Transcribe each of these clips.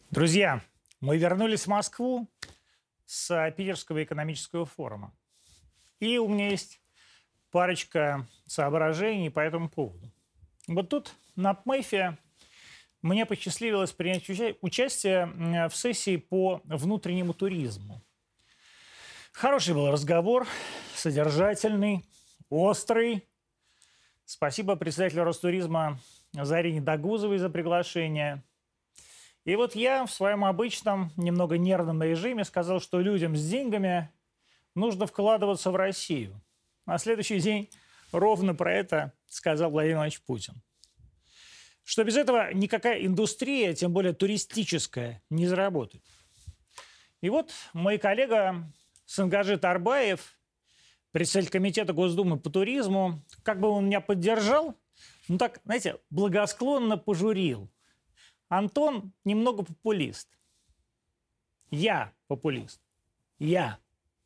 Друзья, мы вернулись в Москву с Питерского экономического форума. И у меня есть парочка соображений по этому поводу. Вот тут на ПМЭФе мне посчастливилось принять участие в сессии по внутреннему туризму. Хороший был разговор, содержательный, острый. Спасибо председателю Ростуризма Зарине Дагузовой за приглашение. И вот я в своем обычном, немного нервном режиме сказал, что людям с деньгами нужно вкладываться в Россию. На следующий день ровно про это сказал Владимир Владимирович Путин. Что без этого никакая индустрия, тем более туристическая, не заработает. И вот мой коллега Сангажит Арбаев, председатель комитета Госдумы по туризму, как бы он меня поддержал, ну так, знаете, благосклонно пожурил. Антон немного популист. Я популист. Я,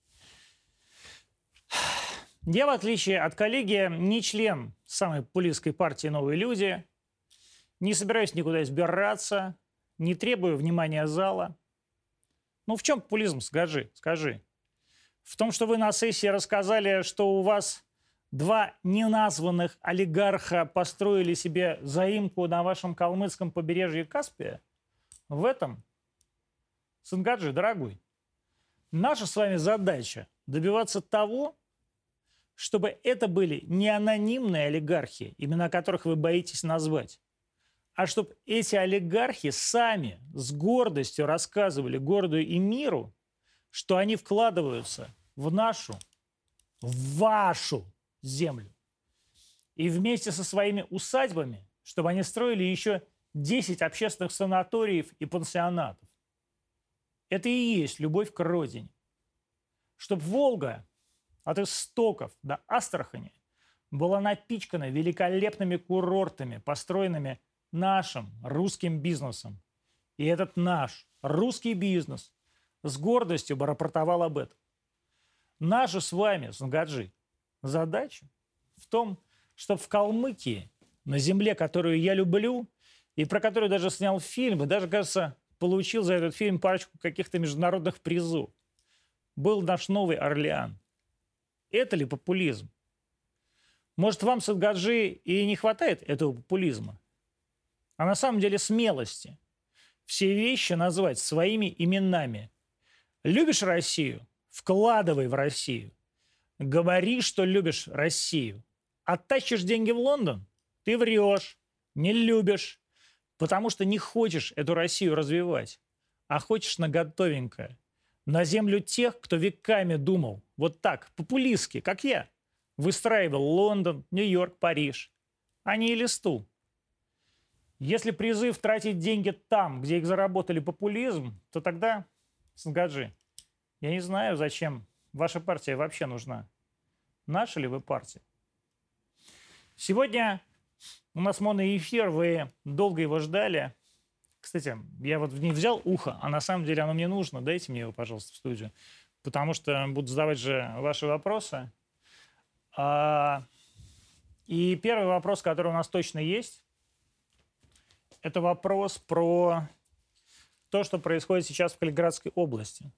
в отличие от коллеги, не член самой популистской партии «Новые люди», не собираюсь никуда избираться, не требую внимания зала. Ну, в чем популизм, скажи. В том, что вы на сессии рассказали, что у вас два неназванных олигарха построили себе заимку на вашем калмыцком побережье Каспия? В этом, Сангаджи, дорогой, наша с вами задача добиваться того, чтобы это были не анонимные олигархи, имена которых вы боитесь назвать, а чтобы эти олигархи сами с гордостью рассказывали городу и миру, что они вкладываются в нашу, в вашу землю. И вместе со своими усадьбами, чтобы они строили еще 10 общественных санаториев и пансионатов. Это и есть любовь к родине. Чтобы Волга от истоков до Астрахани была напичкана великолепными курортами, построенными нашим русским бизнесом. И этот наш русский бизнес с гордостью бы рапортовал об этом. Наша с вами, Сангаджи, задача в том, чтобы в Калмыкии, на земле, которую я люблю, и про которую даже снял фильм, и даже, кажется, получил за этот фильм парочку каких-то международных призов, был наш Новый Орлеан. Это ли популизм? Может, вам, Сангаджи, и не хватает этого популизма? А на самом деле смелости. Все вещи назвать своими именами. Любишь Россию? Вкладывай в Россию. Говори, что любишь Россию. Оттащишь деньги в Лондон? Ты врешь. Не любишь. Потому что не хочешь эту Россию развивать, а хочешь на готовенькое. На землю тех, кто веками думал вот так, популистски, как я. Выстраивал Лондон, Нью-Йорк, Париж. А не Элисту. Если призыв тратить деньги там, где их заработали популизм, то тогда, Сангаджи, я не знаю, зачем ваша партия вообще нужна. Наша ли вы партия? Сегодня у нас моноэфир, вы долго его ждали. Кстати, я вот в ней взял ухо, а на самом деле оно мне нужно. Дайте мне его, пожалуйста, в студию. Потому что буду задавать же ваши вопросы. И первый вопрос, который у нас точно есть, это вопрос про то, что происходит сейчас в Калининградской области.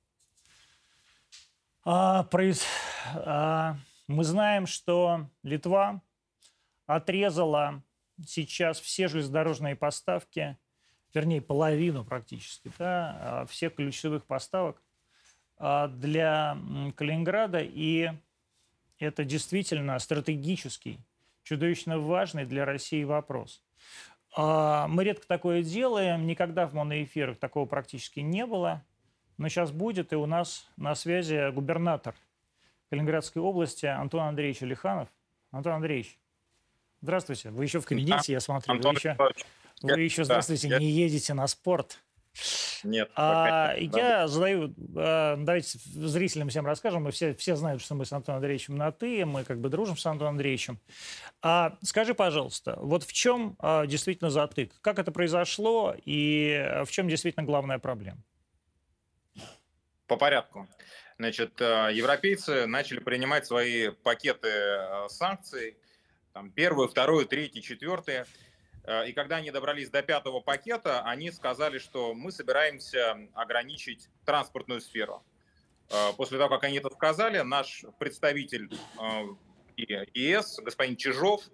Мы знаем, что Литва отрезала сейчас все железнодорожные поставки, вернее, половину практически, да, всех ключевых поставок для Калининграда. И это действительно стратегический, чудовищно важный для России вопрос. Мы редко такое делаем, никогда в моноэфирах такого практически не было. Но сейчас будет, и у нас на связи губернатор Калининградской области Антон Андреевич Алиханов. Антон Андреевич, здравствуйте. Вы еще в кабинете, я смотрю. Вы еще, здравствуйте, не едете на спорт. Нет. Я задаю, давайте зрителям всем расскажем, мы все знают, что мы с Антоном Андреевичем на «ты», мы как бы дружим с Антоном Андреевичем. Скажи, пожалуйста, вот в чем действительно затык? Как это произошло и в чем действительно главная проблема? По порядку. Значит, европейцы начали принимать свои пакеты санкций, там, первую, вторую, третью, четвертую. И когда они добрались до 5-го пакета, они сказали, что мы собираемся ограничить транспортную сферу. После того, как они это сказали, наш представитель ЕС, господин Чижов,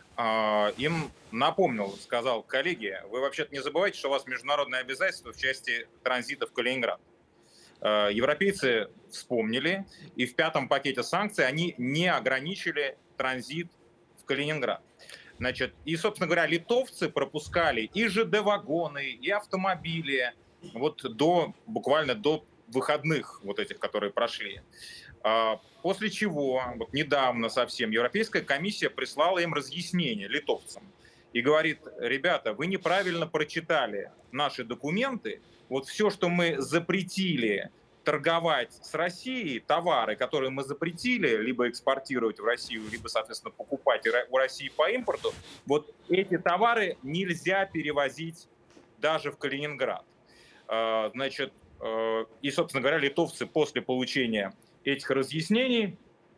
им напомнил, сказал: коллеги, вы вообще-то не забывайте, что у вас международные обязательства в части транзита в Калининград. Европейцы вспомнили, и в 5-м пакете санкций они не ограничили транзит в Калининград. Значит, и, собственно говоря, литовцы пропускали и ЖД-вагоны, и автомобили вот буквально до выходных вот этих, которые прошли. После чего, вот недавно совсем, Европейская комиссия прислала им разъяснение, литовцам, и говорит: ребята, вы неправильно прочитали наши документы, вот все, что мы запретили торговать с Россией, товары, которые мы запретили либо экспортировать в Россию, либо, соответственно, покупать у России по импорту, вот эти товары нельзя перевозить даже в Калининград. Значит, и, собственно говоря, литовцы после получения этих разъяснений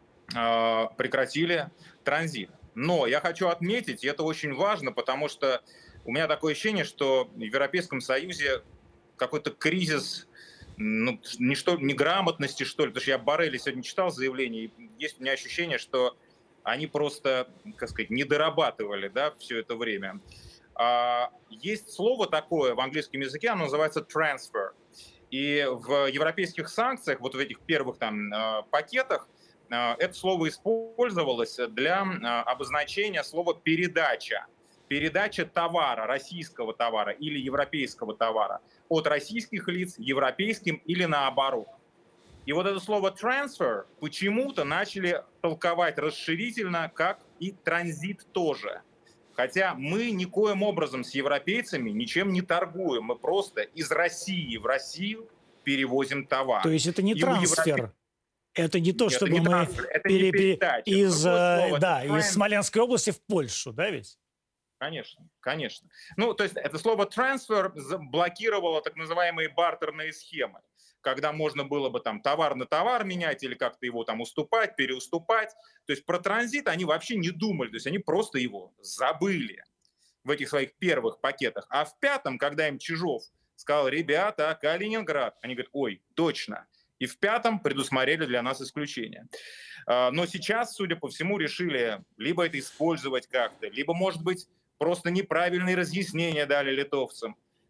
прекратили транзит. Но я хочу отметить, и это очень важно, потому что у меня такое ощущение, что в Европейском Союзе какой-то кризис, ну, неграмотности, что ли, потому что я Боррелли сегодня читал заявление, и есть у меня ощущение, что они просто, как сказать, не дорабатывали, да, все это время. Есть слово такое в английском языке, оно называется transfer. И в европейских санкциях, вот в этих первых там пакетах, это слово использовалось для обозначения слова «передача». Передача товара, российского товара или европейского товара от российских лиц европейским или наоборот. И вот это слово transfer почему-то начали толковать расширительно, как и транзит тоже. Хотя мы никоим образом с европейцами ничем не торгуем. Мы просто из России в Россию перевозим товар. То есть это не трансфер? Это не то, Нет, чтобы это не мы трансфер, это не передача. из Смоленской области в Польшу, да ведь? Конечно, конечно. Ну, то есть это слово «трансфер» блокировало так называемые бартерные схемы, когда можно было бы там товар на товар менять или как-то его там уступать, переуступать. То есть про транзит они вообще не думали, то есть они просто его забыли в этих своих первых пакетах. А в 5-м, когда им Чижов сказал: ребята, Калининград, они говорят: ой, точно. И в 5-м предусмотрели для нас исключение. Но сейчас, судя по всему, решили либо это использовать как-то, либо, может быть, просто неправильные разъяснения дали литовцам.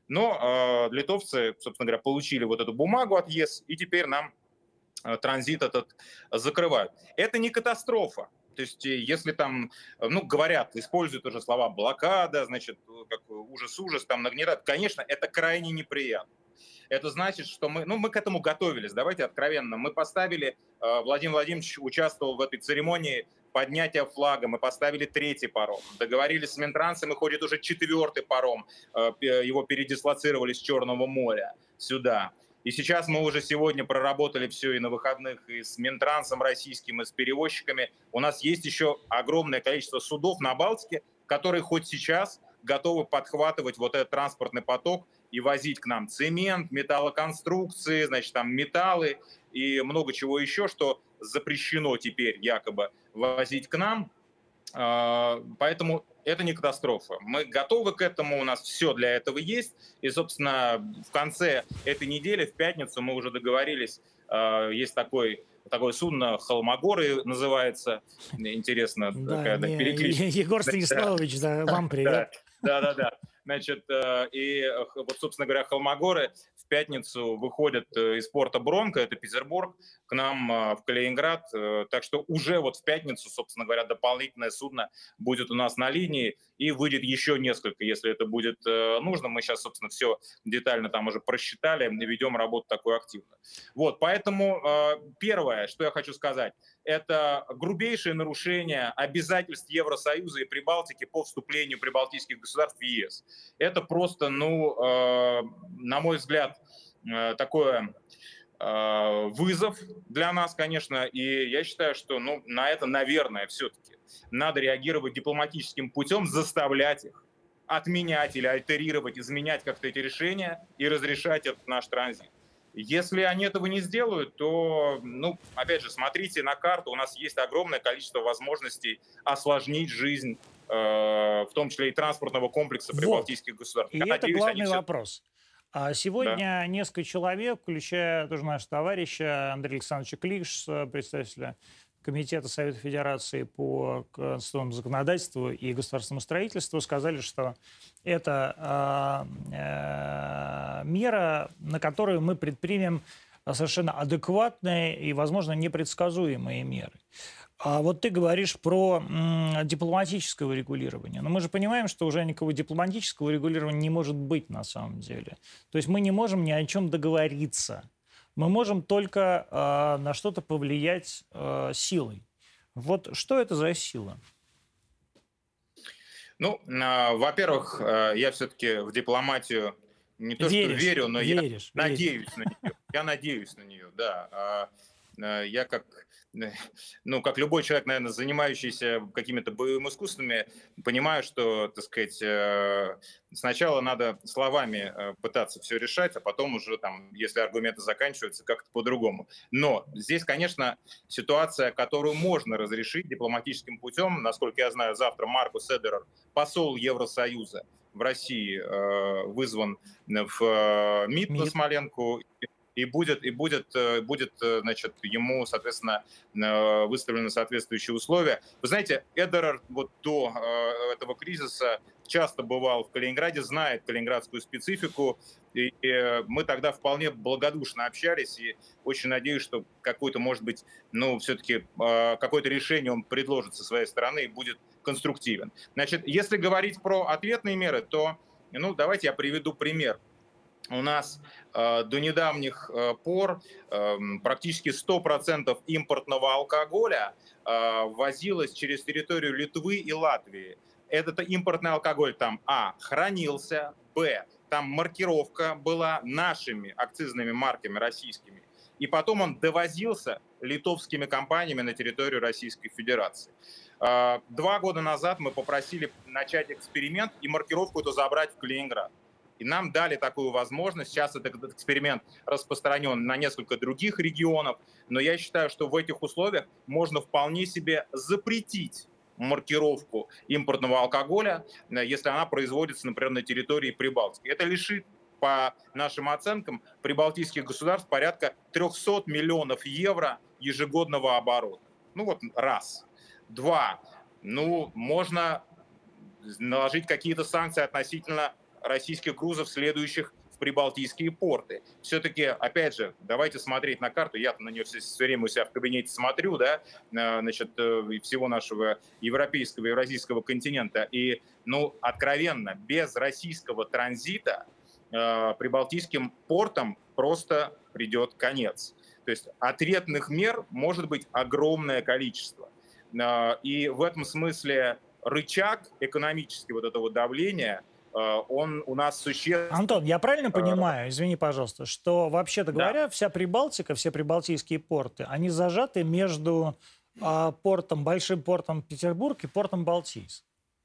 Но литовцы, собственно говоря, получили вот эту бумагу от ЕС, и теперь нам транзит этот закрывают. Это не катастрофа. То есть если там, ну, говорят, используют уже слова блокада, значит, как ужас-ужас, там нагнетают, конечно, это крайне неприятно. Это значит, что мы к этому готовились, давайте откровенно. Мы поставили, Владимир Владимирович участвовал в этой церемонии поднятия флага, мы поставили 3-й паром, договорились с Минтрансом, и ходит уже 4-й паром, его передислоцировали с Черного моря сюда. И сейчас мы уже сегодня проработали все и на выходных, и с Минтрансом российским, и с перевозчиками. У нас есть еще огромное количество судов на Балтике, которые хоть сейчас готовы подхватывать вот этот транспортный поток и возить к нам цемент, металлоконструкции, значит, там металлы и много чего еще, что запрещено теперь якобы возить к нам. Поэтому это не катастрофа. Мы готовы к этому, у нас все для этого есть. И, собственно, в конце этой недели, в пятницу, мы уже договорились, есть такое судно «Холмогоры» называется. Интересно, Да, такая перекличка. Егор Станиславович, да, вам привет. Да. Значит, и вот, собственно говоря, «Холмогоры» в пятницу выходят из порта Бронко, это Петербург, к нам в Калининград. Так что уже вот в пятницу, собственно говоря, дополнительное судно будет у нас на линии, и выйдет еще несколько, если это будет нужно. Мы сейчас, собственно, все детально там уже просчитали, ведем работу такую активно. Вот, поэтому первое, что я хочу сказать, это грубейшее нарушение обязательств Евросоюза и Прибалтики по вступлению прибалтийских государств в ЕС. Это просто, на мой взгляд, такой вызов для нас, конечно, и я считаю, что на это, наверное, все-таки надо реагировать дипломатическим путем, заставлять их отменять или альтерировать, изменять как-то эти решения и разрешать этот наш транзит. Если они этого не сделают, то, опять же, смотрите на карту, у нас есть огромное количество возможностей осложнить жизнь в том числе и транспортного комплекса Вот. прибалтийских государств. И Я это надеюсь, они главный все... вопрос. А Да. сегодня несколько человек, включая тоже нашего товарища Андрея Александровича Клишса, представителя Комитета Совета Федерации по конституционному законодательству и государственному строительству, сказали, что это мера, на которую мы предпримем совершенно адекватные и, возможно, непредсказуемые меры. А вот ты говоришь про дипломатическое регулирование. Но мы же понимаем, что уже никакого дипломатического регулирования не может быть на самом деле. То есть мы не можем ни о чем договориться. Мы можем только на что-то повлиять силой. Вот что это за сила? Ну, во-первых, я все-таки в дипломатию не то что Веришь, верю, но я веришь. надеюсь на нее. Я надеюсь на нее, да. Я ну, как любой человек, наверное, занимающийся какими-то боевыми искусствами, понимаю, что, так сказать, сначала надо словами пытаться все решать, а потом уже, там, если аргументы заканчиваются, как-то по-другому. Но здесь, конечно, ситуация, которую можно разрешить дипломатическим путем. Насколько я знаю, завтра Маркус Эдерер, посол Евросоюза в России, вызван в МИД на Смоленку. И будет, значит, ему, соответственно, выставлены соответствующие условия. Вы знаете, Эдерер вот до этого кризиса часто бывал в Калининграде, знает калининградскую специфику, и мы тогда вполне благодушно общались, и очень надеюсь, что какое-то, может быть, ну, все-таки какое-то решение он предложит со своей стороны и будет конструктивен. Значит, если говорить про ответные меры, то, ну, давайте я приведу пример. У нас до недавних пор практически 100% импортного алкоголя ввозилось через территорию Литвы и Латвии. Этот импортный алкоголь там, хранился, там маркировка была нашими акцизными марками российскими, и потом он довозился литовскими компаниями на территорию Российской Федерации. 2 года назад мы попросили начать эксперимент и маркировку эту забрать в Калининград. И нам дали такую возможность. Сейчас этот эксперимент распространен на несколько других регионов. Но я считаю, что в этих условиях можно вполне себе запретить маркировку импортного алкоголя, если она производится, например, на территории Прибалтики. Это лишит, по нашим оценкам, прибалтийских государств порядка 300 миллионов евро ежегодного оборота. Ну вот раз. 2. Ну, можно наложить какие-то санкции относительно российских грузов, следующих в прибалтийские порты. Все-таки, опять же, давайте смотреть на карту. Я на нее все время у себя в кабинете смотрю, да, значит, всего нашего европейского и евразийского континента. И, ну, откровенно, без российского транзита прибалтийским портам просто придет конец. То есть ответных мер может быть огромное количество. И в этом смысле рычаг экономический вот этого давления, он у нас существенно... Антон, я правильно понимаю, извини, пожалуйста, что, вообще-то говоря, вся Прибалтика, все прибалтийские порты, они зажаты между большим портом Петербург и портом Балтийск?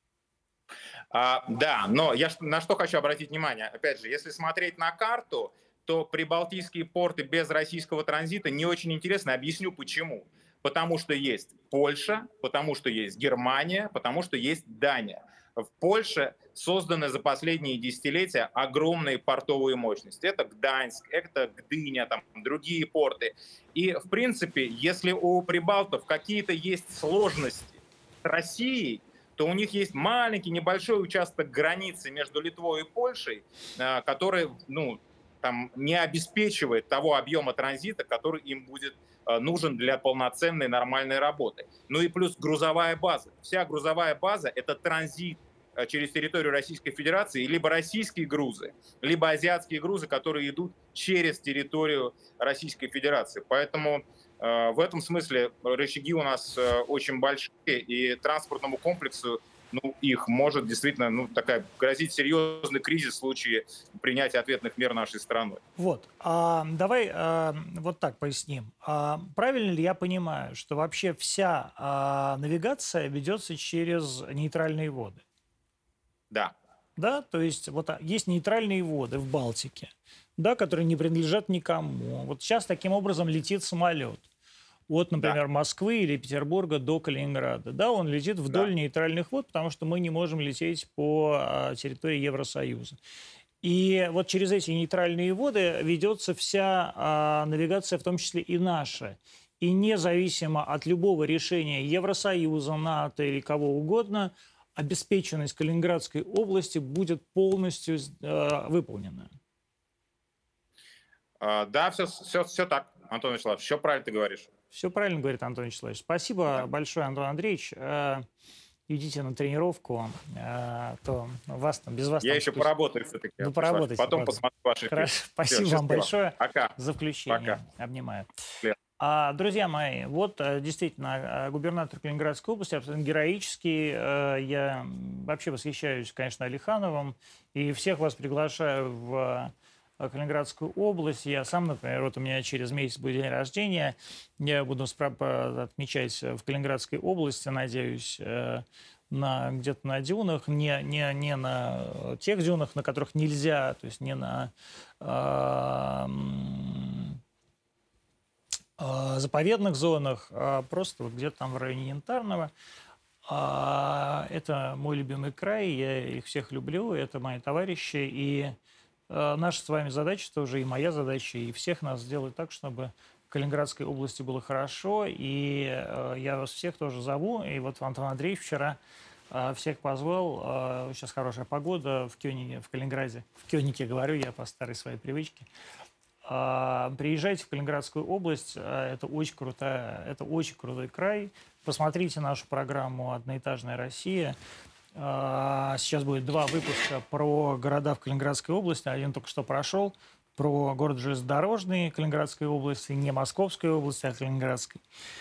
Да, но я на что хочу обратить внимание. Опять же, если смотреть на карту, то прибалтийские порты без российского транзита не очень интересны. Объясню почему. Потому что есть Польша, потому что есть Германия, потому что есть Дания. В Польше созданы за последние десятилетия огромные портовые мощности. Это Гданьск, это Гдыня, там другие порты. И, в принципе, если у прибалтов какие-то есть сложности с Россией, то у них есть маленький, небольшой участок границы между Литвой и Польшей, который, ну, там не обеспечивает того объема транзита, который им будет нужен для полноценной нормальной работы. Ну и плюс грузовая база. Вся грузовая база — это транзит через территорию Российской Федерации, либо российские грузы, либо азиатские грузы, которые идут через территорию Российской Федерации. Поэтому в этом смысле рычаги у нас очень большие, и транспортному комплексу, ну, их может действительно, ну, грозить серьезный кризис в случае принятия ответных мер нашей страной. Вот, давай вот так поясним. Правильно ли я понимаю, что вообще вся навигация ведется через нейтральные воды? Да. Да, то есть вот есть нейтральные воды в Балтике, да, которые не принадлежат никому. Вот сейчас таким образом летит самолет. от, например, Москвы или Петербурга до Калининграда. Да, он летит вдоль нейтральных вод, потому что мы не можем лететь по территории Евросоюза. И вот через эти нейтральные воды ведется вся навигация, в том числе и наша. И независимо от любого решения Евросоюза, НАТО или кого угодно, обеспеченность Калининградской области будет полностью выполнена. Да, все так, Антон Вячеславович, все правильно ты говоришь. Все правильно говорит Антон Вячеславович. Спасибо большое, Антон Андреевич. Идите на тренировку, то вас там без вас. Я еще поработаю все-таки. Ну, поработайте. Потом посмотрю ваши фильмы. Спасибо вам большое Пока. за включение. Пока. Обнимаю. Друзья мои, вот действительно губернатор Калининградской области абсолютно героический. Я вообще восхищаюсь, конечно, Алихановым. И всех вас приглашаю в Калининградскую область. Я сам, например, вот у меня через месяц будет день рождения. Я буду отмечать в Калининградской области, надеюсь, где-то на дюнах, не на тех дюнах, на которых нельзя, то есть не на заповедных зонах, а просто вот где-то там в районе Янтарного. Это мой любимый край, я их всех люблю, это мои товарищи, и наша с вами задача тоже, и моя задача, и всех нас сделать так, чтобы в Калининградской области было хорошо, и я вас всех тоже зову, и вот Антон Андреевич вчера всех позвал, сейчас хорошая погода в Кёниге, в Калининграде, в Кёниге говорю я по старой своей привычке. Приезжайте в Калининградскую область, это очень крутой край. Посмотрите нашу программу «Одноэтажная Россия». Сейчас будет 2 выпуска про города в Калининградской области. Один только что прошел, про город железнодорожный Калининградской области, не Московской области, а Калининградской.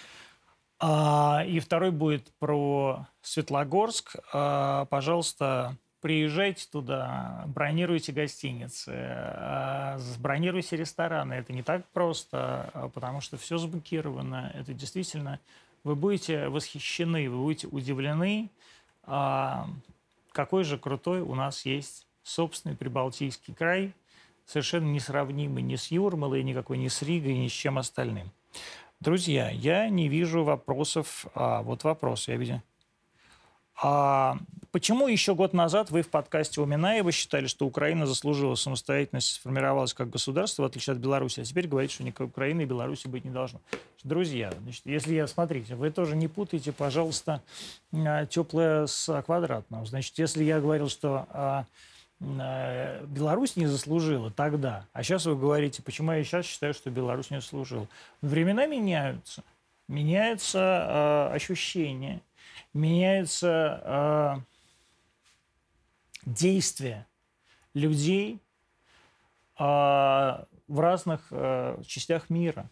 И второй будет про Светлогорск. Пожалуйста, приезжайте туда, бронируйте гостиницы, бронируйте рестораны. Это не так просто, потому что все заблокировано. Это действительно... Вы будете восхищены, вы будете удивлены, какой же крутой у нас есть собственный Прибалтийский край, совершенно несравнимый ни с Юрмалой, никакой ни с Ригой, ни с чем остальным. Друзья, я не вижу вопросов. Вот вопрос, я вижу. Почему еще год назад вы в подкасте у Минаева считали, что Украина заслужила самостоятельность, сформировалась как государство, в отличие от Беларуси, а теперь говорите, что никакой Украины и Беларуси быть не должно? Друзья, значит, если смотрите, вы тоже не путайте, пожалуйста, теплое с квадратным. Значит, если я говорил, что Беларусь не заслужила тогда, а сейчас вы говорите, почему я сейчас считаю, что Беларусь не заслужила. Времена меняются, меняется ощущение, меняется действия людей в разных частях мира.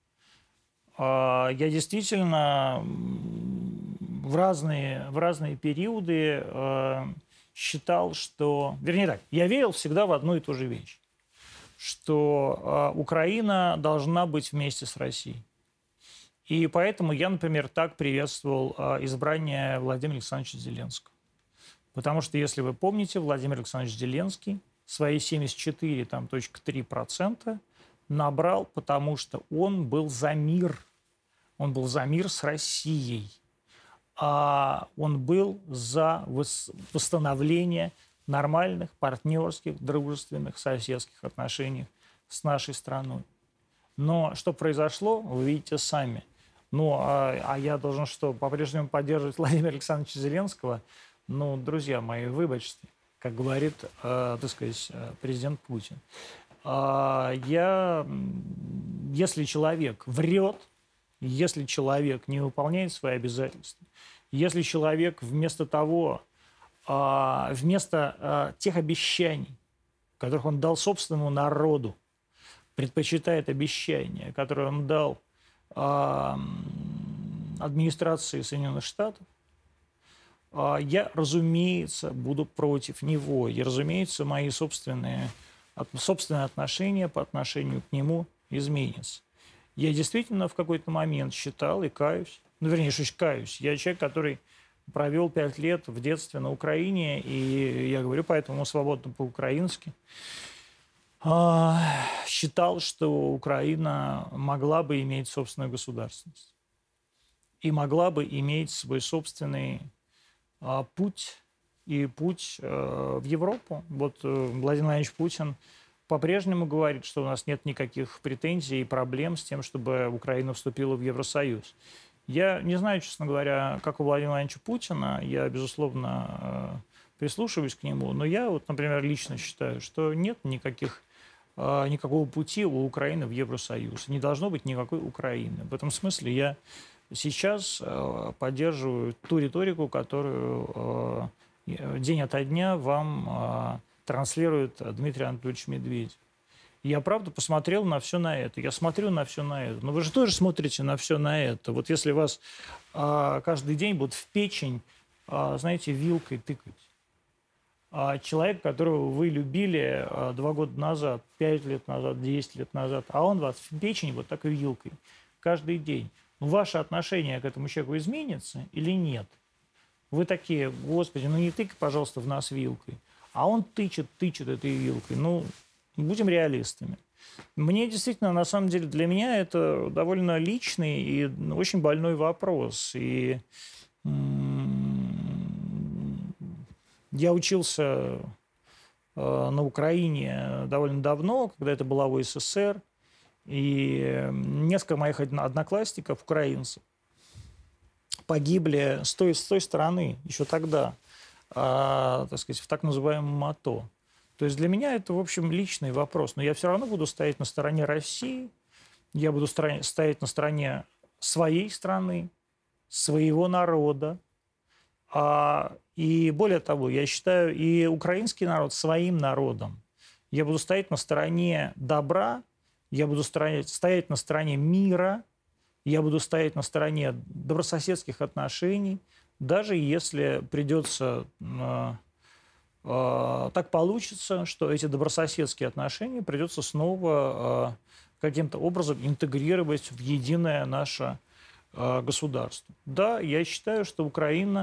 Я действительно в разные периоды считал, что... Вернее так, я верил всегда в одну и ту же вещь, что Украина должна быть вместе с Россией. И поэтому я, например, так приветствовал избрание Владимира Александровича Зеленского. Потому что, если вы помните, Владимир Александрович Зеленский свои 74,3% набрал, потому что он был за мир. Он был за мир с Россией. Он был за восстановление нормальных, партнерских, дружественных, соседских отношений с нашей страной. Но что произошло, вы видите сами. Я должен что, по-прежнему поддерживать Владимира Александровича Зеленского? Друзья мои, выбачьте, как говорит, так сказать, президент Путин. Если человек врет, если человек не выполняет свои обязательства, если человек вместо тех обещаний, которых он дал собственному народу, предпочитает обещания, которые он дал администрации Соединенных Штатов, я, разумеется, буду против него. И, разумеется, мои собственные отношения по отношению к нему изменятся. Я действительно в какой-то момент считал и каюсь, каюсь. Я человек, который провел 5 лет в детстве на Украине, и я говорю поэтому свободно по-украински. считал, что Украина могла бы иметь собственную государственность и могла бы иметь свой собственный путь и путь в Европу. Вот Владимир Владимирович Путин по-прежнему говорит, что у нас нет никаких претензий и проблем с тем, чтобы Украина вступила в Евросоюз. Я не знаю, честно говоря, как у Владимира Владимировича Путина, я, безусловно, прислушиваюсь к нему, но я, вот, например, лично считаю, что нет никакого пути у Украины в Евросоюз. Не должно быть никакой Украины. В этом смысле я сейчас поддерживаю ту риторику, которую день ото дня вам транслирует Дмитрий Анатольевич Медведев. Я, правда, посмотрел на все на это. Я смотрю на все на это. Но вы же тоже смотрите на все на это. Вот если вас каждый день будут в печень, знаете, вилкой тыкать. Человек, которого вы любили 2 года назад, 5 лет назад, 10 лет назад, а он вас в печень вот такой вилкой каждый день. Ваше отношение к этому человеку изменится или нет? Вы такие: господи, ну не тыкай, пожалуйста, в нас вилкой. А он тычет этой вилкой. Ну, будем реалистами. Мне действительно, на самом деле, для меня это довольно личный и очень больной вопрос. И я учился на Украине довольно давно, когда это была УССР, и несколько моих одноклассников, украинцев, погибли с той стороны еще тогда, так сказать, в так называемом АТО. То есть для меня это, в общем, личный вопрос. Но я все равно буду стоять на стороне России, я буду стоять на стороне своей страны, своего народа. И более того, я считаю и украинский народ своим народом. Я буду стоять на стороне добра, я буду стоять на стороне мира, я буду стоять на стороне добрососедских отношений, даже если придется, так получится, что эти добрососедские отношения придется снова каким-то образом интегрировать в единое наше государство. Да, я считаю, что у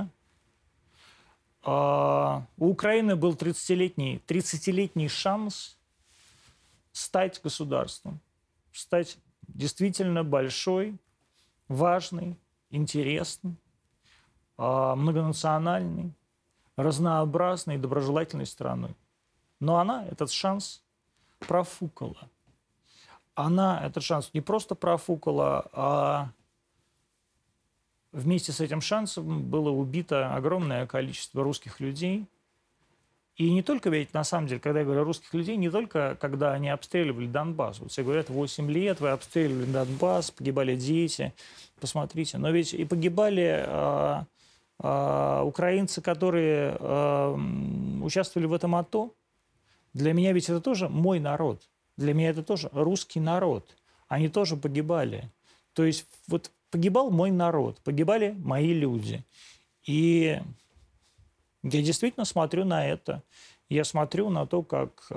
Украины был 30-летний шанс стать государством, стать действительно большой, важной, интересной, многонациональной, разнообразной, доброжелательной страной. Но она этот шанс профукала. Она этот шанс не просто профукала, а вместе с этим шансом было убито огромное количество русских людей. И не только, ведь на самом деле, когда я говорю о русских людей, не только когда они обстреливали Донбасс. Вот все говорят, 8 лет вы обстреливали Донбасс, погибали дети, посмотрите. Но ведь и погибали украинцы, которые участвовали в этом АТО. Для меня ведь это тоже мой народ. Для меня это тоже русский народ. Они тоже погибали. То есть вот погибал мой народ, погибали мои люди. И я действительно смотрю на это. Я смотрю на то,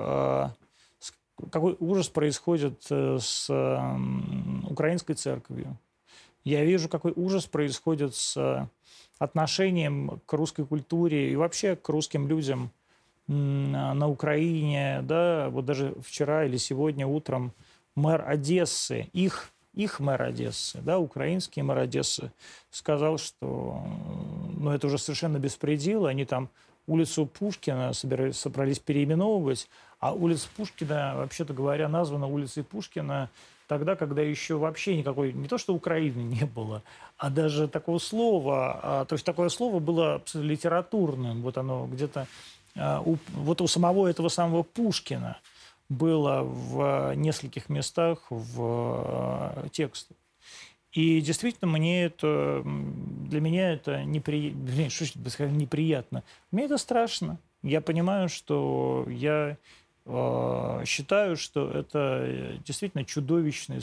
какой ужас происходит с украинской церковью. Я вижу, какой ужас происходит с отношением к русской культуре и вообще к русским людям на Украине. Да? Вот даже вчера или сегодня утром мэр Одессы, их мэр Одессы, да, украинский мэр Одессы, сказал, что это уже совершенно беспредел. Они там улицу Пушкина собрались переименовывать, а улица Пушкина, вообще-то говоря, названа улицей Пушкина тогда, когда еще вообще никакой, не то что Украины не было, а даже такого слова, то есть такое слово было абсолютно литературным, вот оно где-то, вот у самого этого самого Пушкина было в нескольких местах в текстах. И действительно, для меня это неприятно. Мне это страшно. Я понимаю, что я считаю, что это действительно чудовищный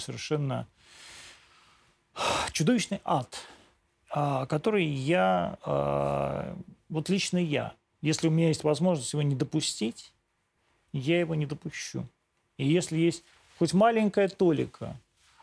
ад, который вот лично я, если у меня есть возможность его не допустить, я его не допущу. И если есть хоть маленькая толика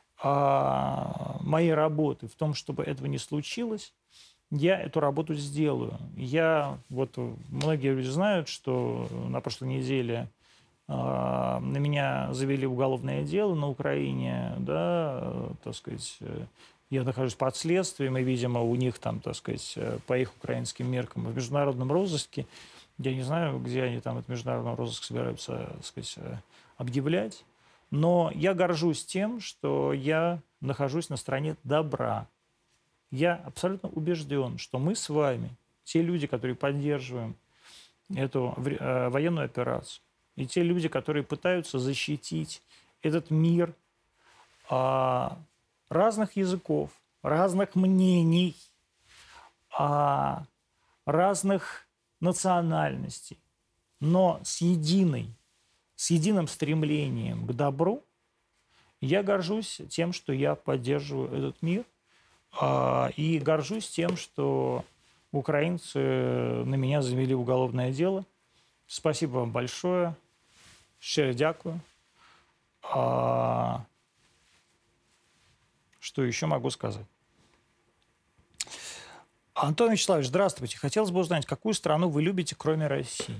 моей работы в том, чтобы этого не случилось, я эту работу сделаю. Многие люди знают, что на прошлой неделе на меня завели уголовное дело на Украине, да, так сказать, я нахожусь под следствием, и, видимо, у них там, так сказать, по их украинским меркам в международном розыске, я не знаю, где они там этот международный розыск собираются, так сказать, объявлять, но я горжусь тем, что я нахожусь на стороне добра. Я абсолютно убежден, что мы с вами, те люди, которые поддерживаем эту военную операцию, и те люди, которые пытаются защитить этот мир разных языков, разных мнений, разных национальностей, но с единым стремлением к добру, я горжусь тем, что я поддерживаю этот мир, и горжусь тем, что украинцы на меня завели уголовное дело. Спасибо вам большое. Щиро дякую. Что еще могу сказать? Антон Вячеславович, здравствуйте. Хотелось бы узнать, какую страну вы любите, кроме России?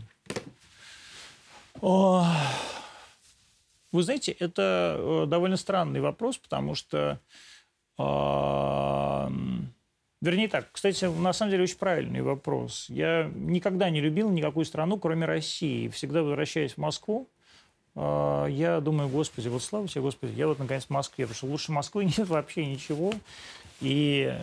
Вы знаете, это довольно странный вопрос, потому что... Вернее так, кстати, на самом деле очень правильный вопрос. Я никогда не любил никакую страну, кроме России. Всегда возвращаясь в Москву, я думаю, Господи, вот слава тебе, Господи, я вот наконец в Москве, потому что лучше Москвы нет вообще ничего. И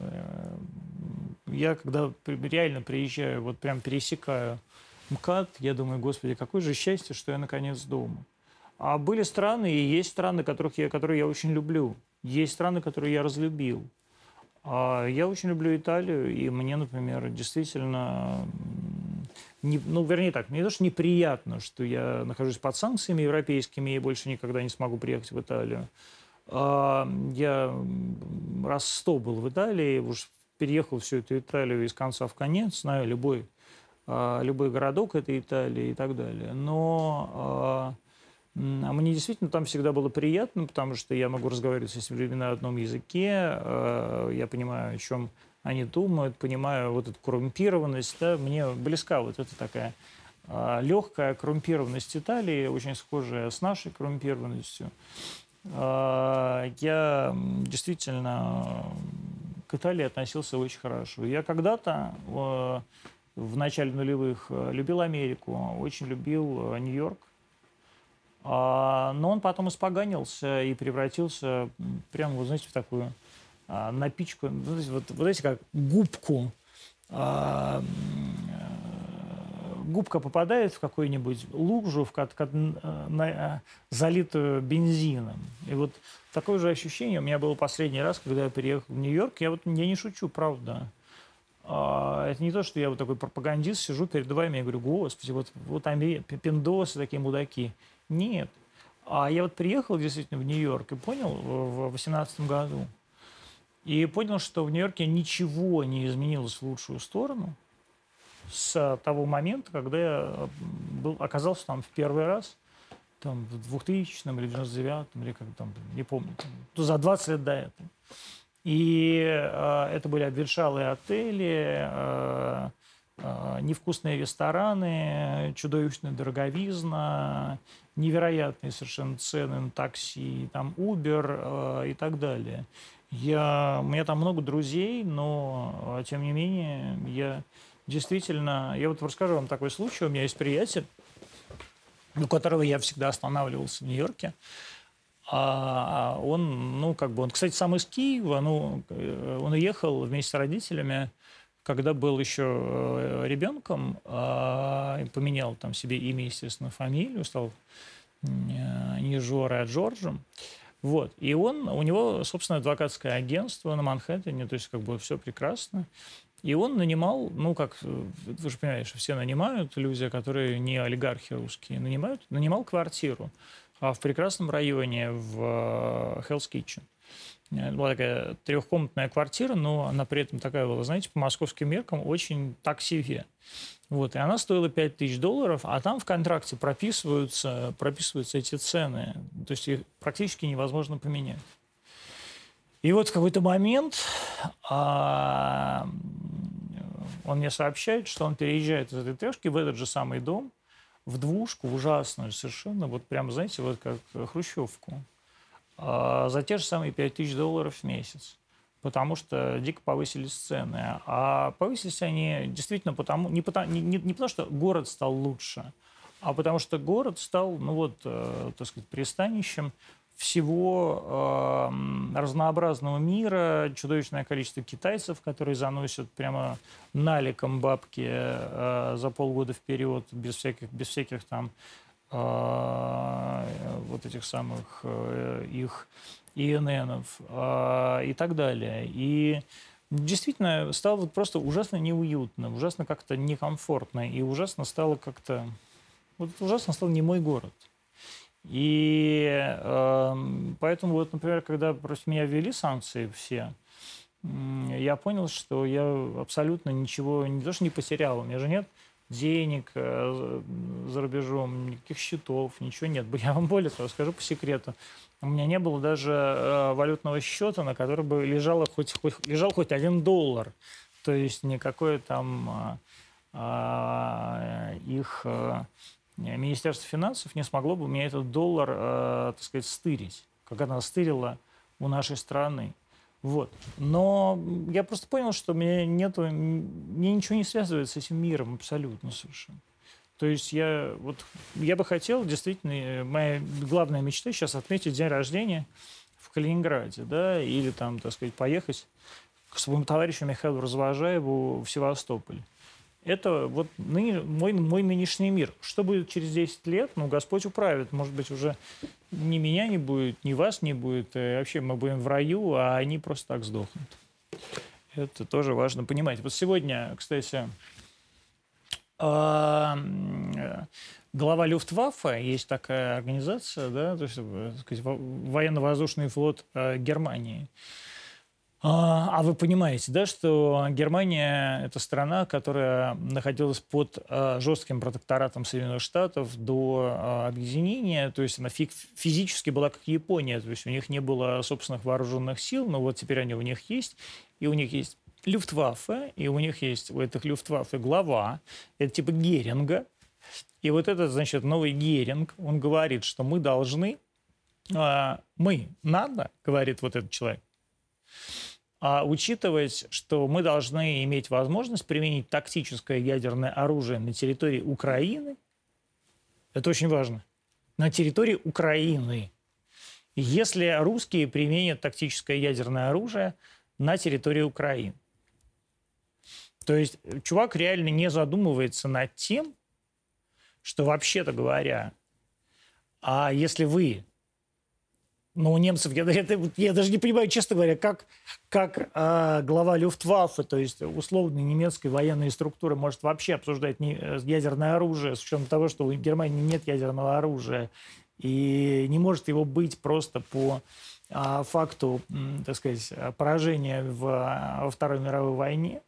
я когда реально приезжаю, вот прям пересекаю МКАД, я думаю, Господи, какое же счастье, что я наконец дома. А были страны, и есть страны, которые я очень люблю. Есть страны, которые я разлюбил. Я очень люблю Италию, и мне, например, действительно, вернее так, мне тоже неприятно, что я нахожусь под санкциями европейскими и больше никогда не смогу приехать в Италию. Я раз 100 был в Италии, уж переехал всю эту Италию из конца в конец, знаю любой городок этой Италии и так далее. Но мне действительно там всегда было приятно, потому что я могу разговаривать с этими людьми на одном языке, я понимаю, о чем они думают, понимаю вот эту коррумпированность, да, мне близка вот эта такая легкая коррумпированность Италии, очень схожая с нашей коррумпированностью. Я действительно к Италии относился очень хорошо. Я когда-то в начале нулевых любил Америку, очень любил Нью-Йорк. Но он потом испоганился и превратился прямо, вы знаете, в такую напичку, вот знаете, как губку. Губка попадает в какую-нибудь лужу, залитую бензином. И вот такое же ощущение у меня было последний раз, когда я переехал в Нью-Йорк. Я не шучу, правда. Это не то, что я вот такой пропагандист, сижу перед вами и говорю, Господи, вот пиндосы такие мудаки. Нет. Я вот приехал действительно в Нью-Йорк и понял в 2018 году, и понял, что в Нью-Йорке ничего не изменилось в лучшую сторону с того момента, когда я оказался там в первый раз, там, в 2000-м или 99-м, или как там, не помню, за 20 лет до этого. И это были обветшалые отели, невкусные рестораны, чудовищная дороговизна, невероятные совершенно цены на такси, там Uber и так далее. У меня там много друзей, но тем не менее я вот расскажу вам такой случай. У меня есть приятель, у которого я всегда останавливался в Нью-Йорке. Он, кстати, сам из Киева, он уехал вместе с родителями, когда был еще ребенком, поменял там себе имя, естественно, фамилию, стал не Жорой, а Джорджем. Вот. И у него, собственно, адвокатское агентство на Манхэттене, то есть все прекрасно. И он нанимал, вы же понимаете, что все нанимают, люди, которые не олигархи русские, нанимал квартиру в прекрасном районе в Hell's Kitchen. Это была такая трехкомнатная квартира, но она при этом такая была, знаете, по московским меркам очень так себе. Вот, и она стоила $5000, а там в контракте прописываются эти цены. То есть их практически невозможно поменять. И вот в какой-то момент он мне сообщает, что он переезжает из этой трешки в этот же самый дом, в двушку, ужасную совершенно, вот прям, знаете, вот как хрущевку, за те же самые $5000 в месяц. Потому что дико повысились цены. А повысились они действительно потому, не потому, что город стал лучше, а потому что город стал, ну вот, так сказать, пристанищем всего разнообразного мира, чудовищное количество китайцев, которые заносят прямо наликом бабки за полгода вперед, без всяких там вот этих самых их ИННов и так далее. И действительно стало вот просто ужасно неуютно, ужасно как-то некомфортно, и ужасно стало как-то... Вот ужасно стал не мой город. И поэтому вот, например, когда против меня ввели санкции все, я понял, что я абсолютно ничего, не то что не потерял, у меня же нет денег за рубежом, никаких счетов, ничего нет. Я вам более того скажу по секрету. У меня не было даже валютного счета, на который бы лежал хоть $1. То есть никакое там их Министерство финансов не смогло бы мне этот доллар, так сказать, стырить, как она стырила у нашей страны. Вот. Но я просто понял, что мне ничего не связывает с этим миром абсолютно совершенно. То есть я бы хотел, действительно, моя главная мечта сейчас отметить день рождения в Калининграде, да, или там, так сказать, поехать к своему товарищу Михаилу Развожаеву в Севастополь. Это вот мой нынешний мир. Что будет через 10 лет, ну, Господь управит. Может быть, уже ни меня не будет, ни вас не будет. И вообще мы будем в раю, а они просто так сдохнут. Это тоже важно понимать. Вот сегодня, кстати, глава Люфтваффе, есть такая организация, да, то есть, так сказать, военно-воздушный флот Германии. А вы понимаете, да, что Германия – это страна, которая находилась под жестким протекторатом Соединенных Штатов до объединения, то есть она физически была как Япония, то есть у них не было собственных вооруженных сил, но вот теперь они у них есть, и у них есть Люфтваффе, и у них есть у этих Люфтваффе глава, это типа Геринга, и вот этот, значит, новый Геринг, он говорит, что мы должны, надо, говорит вот этот человек, учитывать, что мы должны иметь возможность применить тактическое ядерное оружие на территории Украины. Это очень важно. На территории Украины. Если русские применят тактическое ядерное оружие на территории Украины. То есть чувак реально не задумывается над тем, что вообще-то говоря, а если вы... Но у немцев, я даже не понимаю, честно говоря, как глава Люфтваффе, то есть условной немецкой военной структуры, может вообще обсуждать ядерное оружие, с учетом того, что у Германии нет ядерного оружия, и не может его быть просто по факту, так сказать, поражения во Второй мировой войне.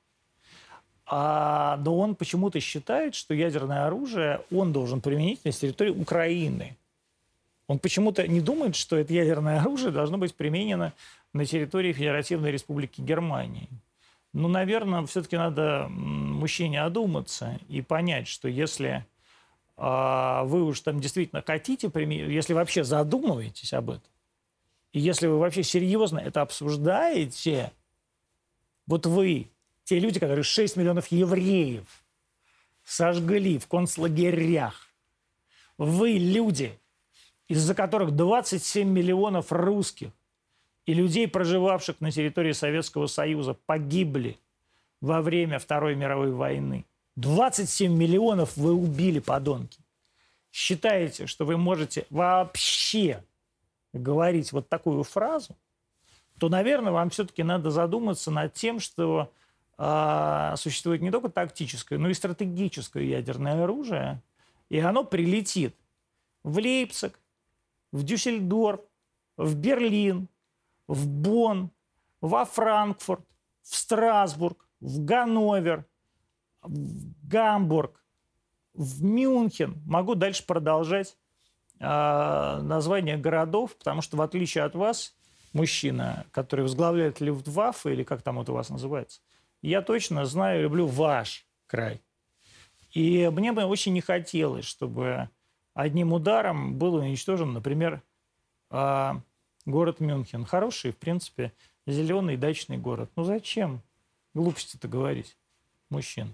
Но он почему-то считает, что ядерное оружие он должен применить на территории Украины. Он почему-то не думает, что это ядерное оружие должно быть применено на территории Федеративной Республики Германии. Ну, наверное, все-таки надо мужчине одуматься и понять, что если вы уж там действительно хотите применить, если вообще задумываетесь об этом, и если вы вообще серьезно это обсуждаете, вот вы, те люди, которые 6 миллионов евреев сожгли в концлагерях, вы люди, из-за которых 27 миллионов русских и людей, проживавших на территории Советского Союза, погибли во время Второй мировой войны. 27 миллионов вы убили, подонки. Считаете, что вы можете вообще говорить вот такую фразу, то, наверное, вам все-таки надо задуматься над тем, что существует не только тактическое, но и стратегическое ядерное оружие, и оно прилетит в Лейпциг, в Дюссельдорф, в Берлин, в Бонн, во Франкфурт, в Страсбург, в Ганновер, в Гамбург, в Мюнхен. Могу дальше продолжать названия городов, потому что в отличие от вас, мужчина, который возглавляет Люфтваффе, или как там это у вас называется, я точно знаю и люблю ваш край. И мне бы очень не хотелось, чтобы одним ударом был уничтожен, например, город Мюнхен. Хороший, в принципе, зеленый дачный город. Ну зачем глупости-то говорить, мужчин?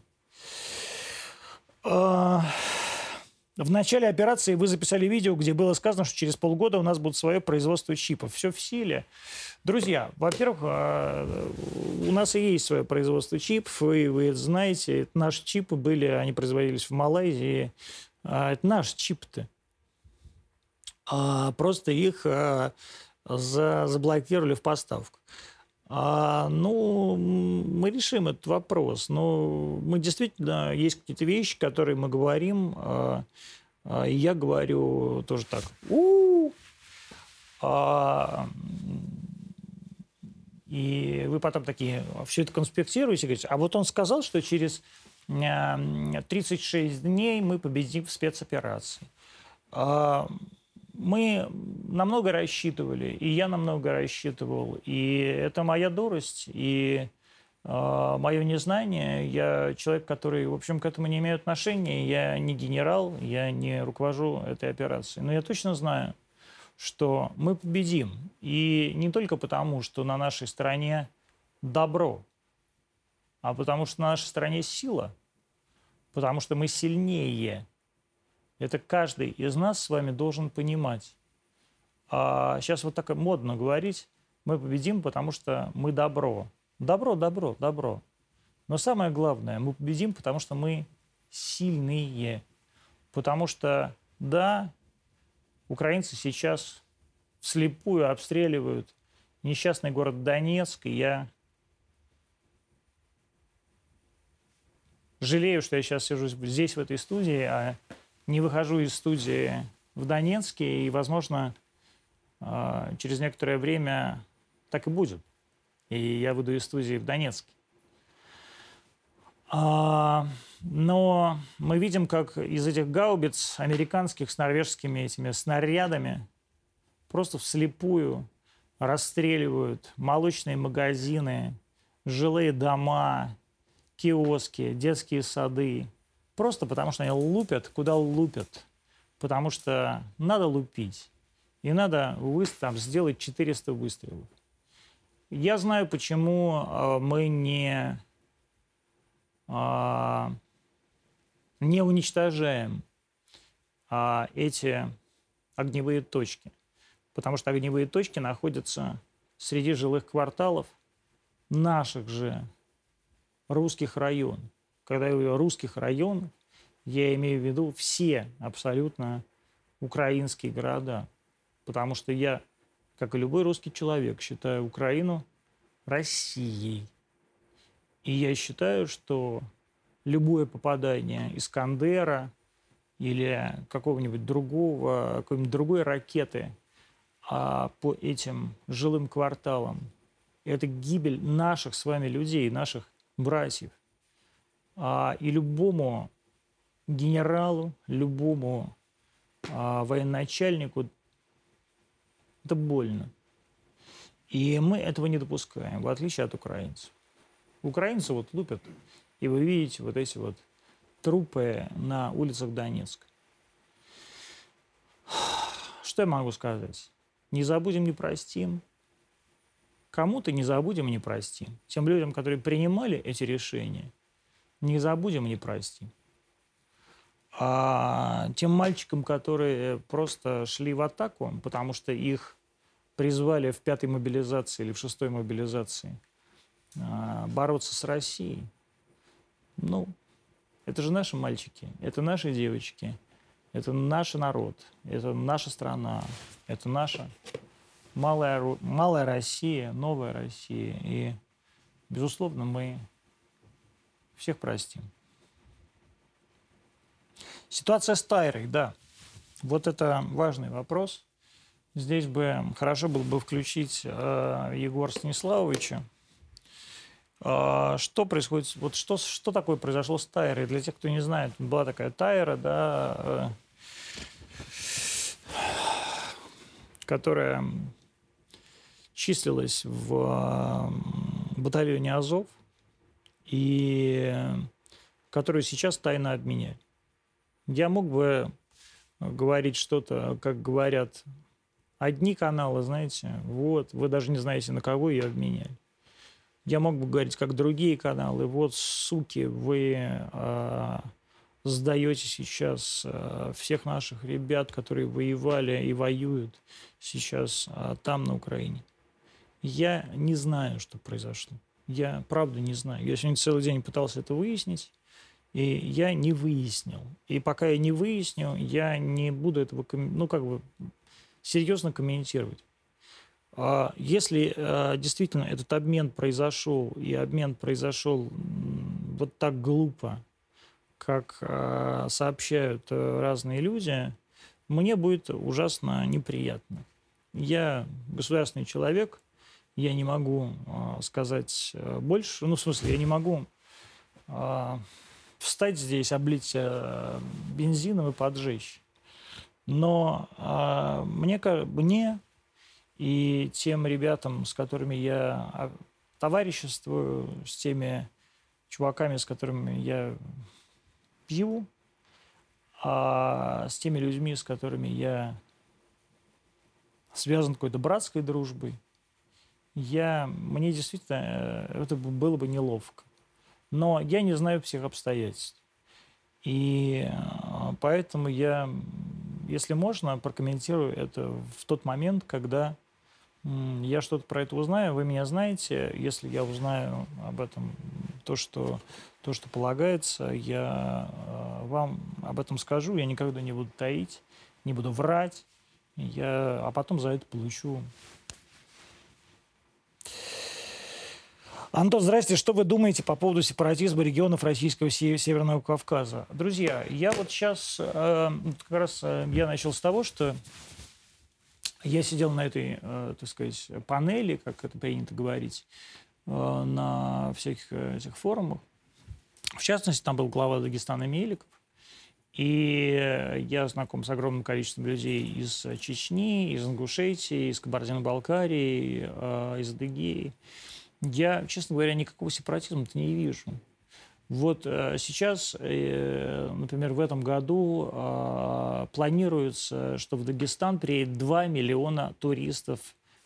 В начале операции вы записали видео, где было сказано, что через полгода у нас будет свое производство чипов. Все в силе. Друзья, во-первых, у нас и есть свое производство чипов, и вы это знаете. Наши чипы были, они производились в Малайзии. Это наши чипы-то. Просто их заблокировали в поставку. Мы решим этот вопрос. Но мы действительно, есть какие-то вещи, которые мы говорим. И я говорю тоже так. И вы потом такие все это конспектируете, говорите, а вот он сказал, что через 36 дней мы победим в спецоперации. Мы намного рассчитывали, и я намного рассчитывал, и это моя дурость, и мое незнание. Я человек, который, в общем, к этому не имеет отношения, я не генерал, я не руковожу этой операцией, но я точно знаю, что мы победим, и не только потому, что на нашей стороне добро, а потому что на нашей стороне сила, потому что мы сильнее. Это каждый из нас с вами должен понимать. Сейчас вот так модно говорить, мы победим, потому что мы добро. Добро, добро, добро. Но самое главное, мы победим, потому что мы сильные. Потому что, да, украинцы сейчас вслепую обстреливают несчастный город Донецк, и я жалею, что я сейчас сижу здесь, в этой студии, а не выхожу из студии в Донецке, и, возможно, через некоторое время так и будет. И я выйду из студии в Донецке. Но мы видим, как из этих гаубиц американских с норвежскими этими снарядами просто вслепую расстреливают молочные магазины, жилые дома, киоски, детские сады. Просто потому, что они лупят, куда лупят. Потому что надо лупить. И надо сделать 400 выстрелов. Я знаю, почему мы не уничтожаем эти огневые точки. Потому что огневые точки находятся среди жилых кварталов наших же русских районов. Когда я говорю русских районов, я имею в виду все абсолютно украинские города. Потому что я, как и любой русский человек, считаю Украину Россией. И я считаю, что любое попадание Искандера или какой-нибудь другой ракеты по этим жилым кварталам – это гибель наших с вами людей, наших братьев. И любому генералу, любому военачальнику это больно. И мы этого не допускаем, в отличие от украинцев. Украинцы вот лупят, и вы видите вот эти вот трупы на улицах Донецка. Что я могу сказать? Не забудем, не простим. Кому-то не забудем, не простим. Тем людям, которые принимали эти решения, не забудем, не простим. А тем мальчикам, которые просто шли в атаку, потому что их призвали в 5-й мобилизации или в 6-й мобилизации бороться с Россией. Ну, это же наши мальчики, это наши девочки, это наш народ, это наша страна, это наша малая Россия, новая Россия. И, безусловно, мы всех простим. Ситуация с Тайрой, да. Вот это важный вопрос. Здесь бы хорошо было бы включить Егора Станиславовича. Что происходит, вот что такое произошло с Тайрой? Для тех, кто не знает, была такая Тайра, да, которая числилась в батальоне Азов и которую сейчас тайно обменяли. Я мог бы говорить что-то, как говорят одни каналы, знаете, вот, вы даже не знаете, на кого ее обменяли. Я мог бы говорить, как другие каналы, вот, суки, вы сдаете сейчас всех наших ребят, которые воевали и воюют сейчас там, на Украине. Я не знаю, что произошло. Я правда не знаю. Я сегодня целый день пытался это выяснить, и я не выяснил. И пока я не выясню, я не буду этого, серьезно комментировать. Если действительно этот обмен произошел, и обмен произошел вот так глупо, как сообщают разные люди, мне будет ужасно неприятно. Я государственный человек, я не могу сказать больше, в смысле, я не могу встать здесь, облить бензином и поджечь. Но мне и тем ребятам, с которыми я товариществую, с теми чуваками, с которыми я пью, с теми людьми, с которыми я связан какой-то братской дружбой, мне действительно это было бы неловко. Но я не знаю всех обстоятельств. И поэтому я, если можно, прокомментирую это в тот момент, когда я что-то про это узнаю. Вы меня знаете. Если я узнаю об этом то, что полагается, я вам об этом скажу. Я никогда не буду таить, не буду врать. А потом за это получу. Антон, здрасте. Что вы думаете по поводу сепаратизма регионов российского Северного Кавказа? Друзья, я вот сейчас, как раз я начал с того, что я сидел на этой, так сказать, панели, как это принято говорить, на всяких этих форумах. В частности, там был глава Дагестана Меликов. И я знаком с огромным количеством людей из Чечни, из Ингушетии, из Кабардино-Балкарии, из Адыгеи. Я, честно говоря, никакого сепаратизма-то не вижу. Вот сейчас, например, в этом году планируется, что в Дагестан приедет 2 миллиона туристов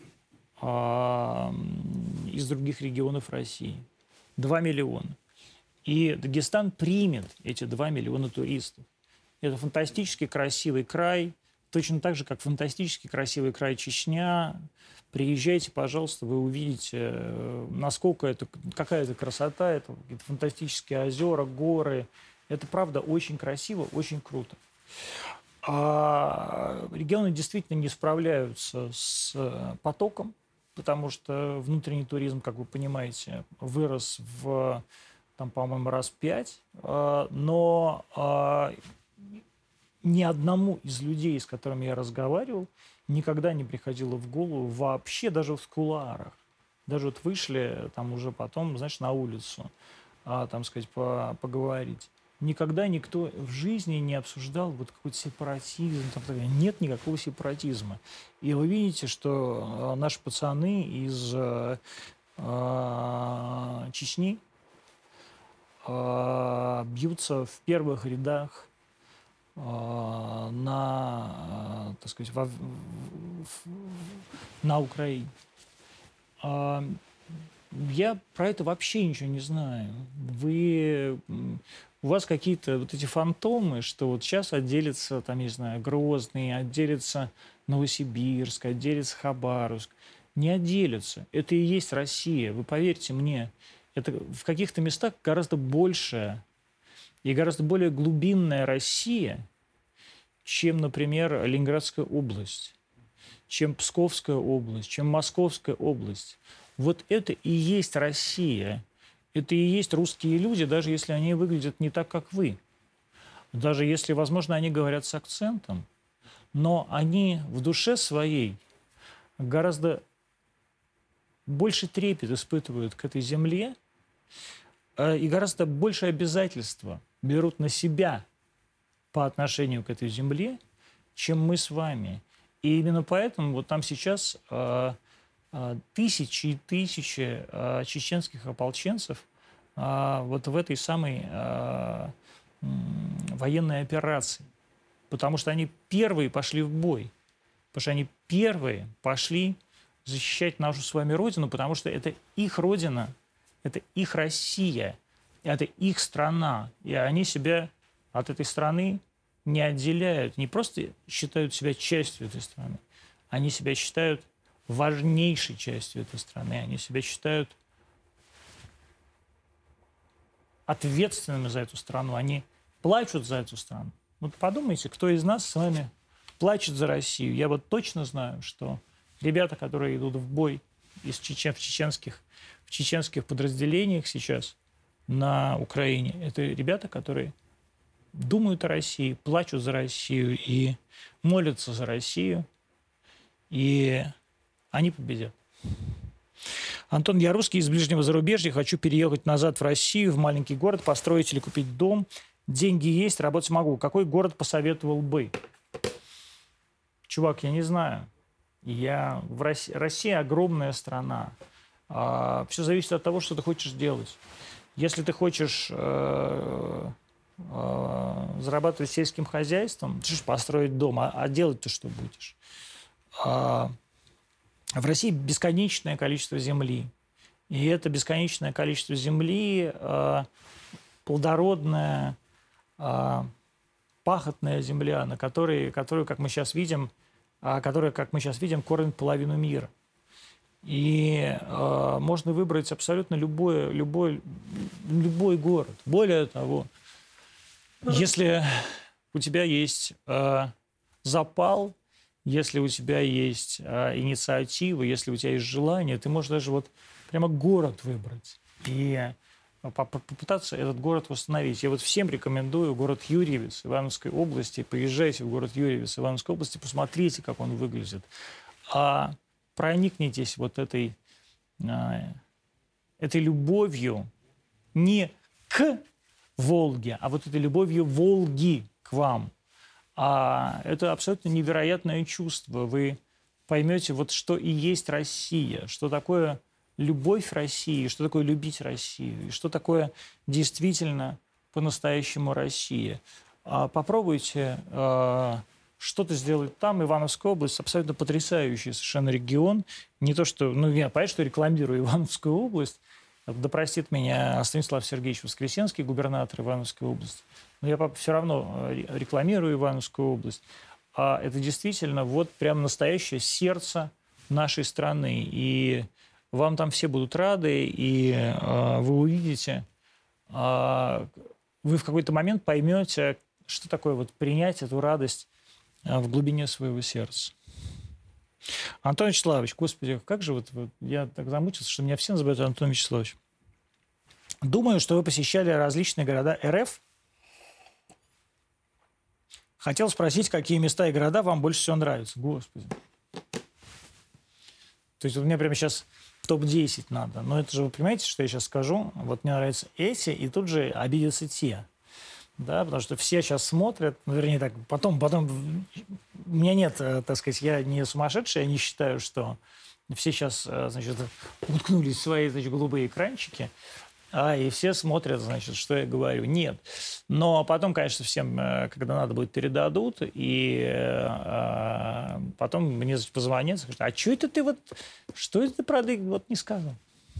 из других регионов России. 2 миллиона. И Дагестан примет эти 2 миллиона туристов. Это фантастически красивый край, точно так же, как фантастически красивый край Чечня. Приезжайте, пожалуйста, вы увидите, какая это красота, это какие-то фантастические озера, горы. Это, правда, очень красиво, очень круто. А регионы действительно не справляются с потоком, потому что внутренний туризм, как вы понимаете, вырос там, по-моему, раз 5, но ни одному из людей, с которыми я разговаривал, никогда не приходило в голову вообще, даже в кулуарах. Даже вот вышли там уже потом, знаешь, на улицу, там сказать, поговорить. Никогда никто в жизни не обсуждал вот какой-то сепаратизм. Нет никакого сепаратизма. И вы видите, что наши пацаны из Чечни бьются в первых рядах на Украине. Я про это вообще ничего не знаю. У вас какие-то вот эти фантомы, что вот сейчас отделится, там, не знаю, Грозный, отделится Новосибирск, отделится Хабаровск. Не отделятся. Это и есть Россия. Вы поверьте мне, это в каких-то местах гораздо большая и гораздо более глубинная Россия, чем, например, Ленинградская область, чем Псковская область, чем Московская область. Вот это и есть Россия. Это и есть русские люди, даже если они выглядят не так, как вы. Даже если, возможно, они говорят с акцентом. Но они в душе своей гораздо больше трепет испытывают к этой земле и гораздо больше обязательства берут на себя по отношению к этой земле, чем мы с вами. И именно поэтому вот там сейчас тысячи и тысячи чеченских ополченцев вот в этой самой военной операции. Потому что они первые пошли в бой. Потому что они первые пошли защищать нашу с вами Родину, потому что это их Родина, это их Россия, это их страна. И они себя от этой страны не отделяют, не просто считают себя частью этой страны, они себя считают важнейшей частью этой страны, они себя считают ответственными за эту страну, они плачут за эту страну. Вот подумайте, кто из нас с вами плачет за Россию. Я вот точно знаю, что ребята, которые идут в бой в чеченских подразделениях сейчас на Украине, это ребята, которые думают о России, плачут за Россию и молятся за Россию, и они победят. Антон, я русский из ближнего зарубежья, хочу переехать назад в Россию, в маленький город, построить или купить дом. Деньги есть, работать могу. Какой город посоветовал бы? Чувак, я не знаю. Россия огромная страна. Все зависит от того, что ты хочешь делать. Если ты хочешь зарабатывать сельским хозяйством, ты же построить дом, а делать-то что будешь? В России бесконечное количество земли. И это бесконечное количество земли плодородная, пахотная земля, на которую, как мы сейчас видим, кормит половину мира. И можно выбрать абсолютно любой город. Более того, если у тебя есть запал, если у тебя есть инициатива, если у тебя есть желание, ты можешь даже вот прямо город выбрать и попытаться этот город восстановить. Я вот всем рекомендую город Юрьевец Ивановской области. Поезжайте в город Юрьевец Ивановской области, посмотрите, как он выглядит. Проникнитесь вот этой любовью не к Волге, а вот этой любовью Волги к вам. Это абсолютно невероятное чувство. Вы поймете, вот что и есть Россия, что такое любовь России, что такое любить Россию, и что такое действительно по-настоящему Россия. Попробуйте что-то сделать там. Ивановская область абсолютно потрясающий совершенно регион. Не то, что... я понятно, что рекламирую Ивановскую область. Да простит меня Станислав Сергеевич Воскресенский, губернатор Ивановской области. Но я все равно рекламирую Ивановскую область. Это действительно вот прям настоящее сердце нашей страны. И вам там все будут рады, и вы увидите, вы в какой-то момент поймете, что такое вот принять эту радость в глубине своего сердца. Антон Вячеславович, господи, как же вот я так замучился, что меня все называют Антон Вячеславович. Думаю, что вы посещали различные города РФ. Хотел спросить, какие места и города вам больше всего нравятся. Господи. То есть у меня прямо сейчас топ-10 надо. Но это же вы понимаете, что я сейчас скажу. Вот мне нравятся эти, и тут же обидятся те. Да, потому что все сейчас смотрят, вернее так, потом, у меня нет, так сказать, я не сумасшедший, я не считаю, что все сейчас, значит, уткнулись в свои, значит, голубые экранчики, и все смотрят, значит, что я говорю. Нет. Но потом, конечно, всем, когда надо будет, передадут, и потом мне позвонят, скажут, а что это ты вот, что это ты, правда, вот не сказал?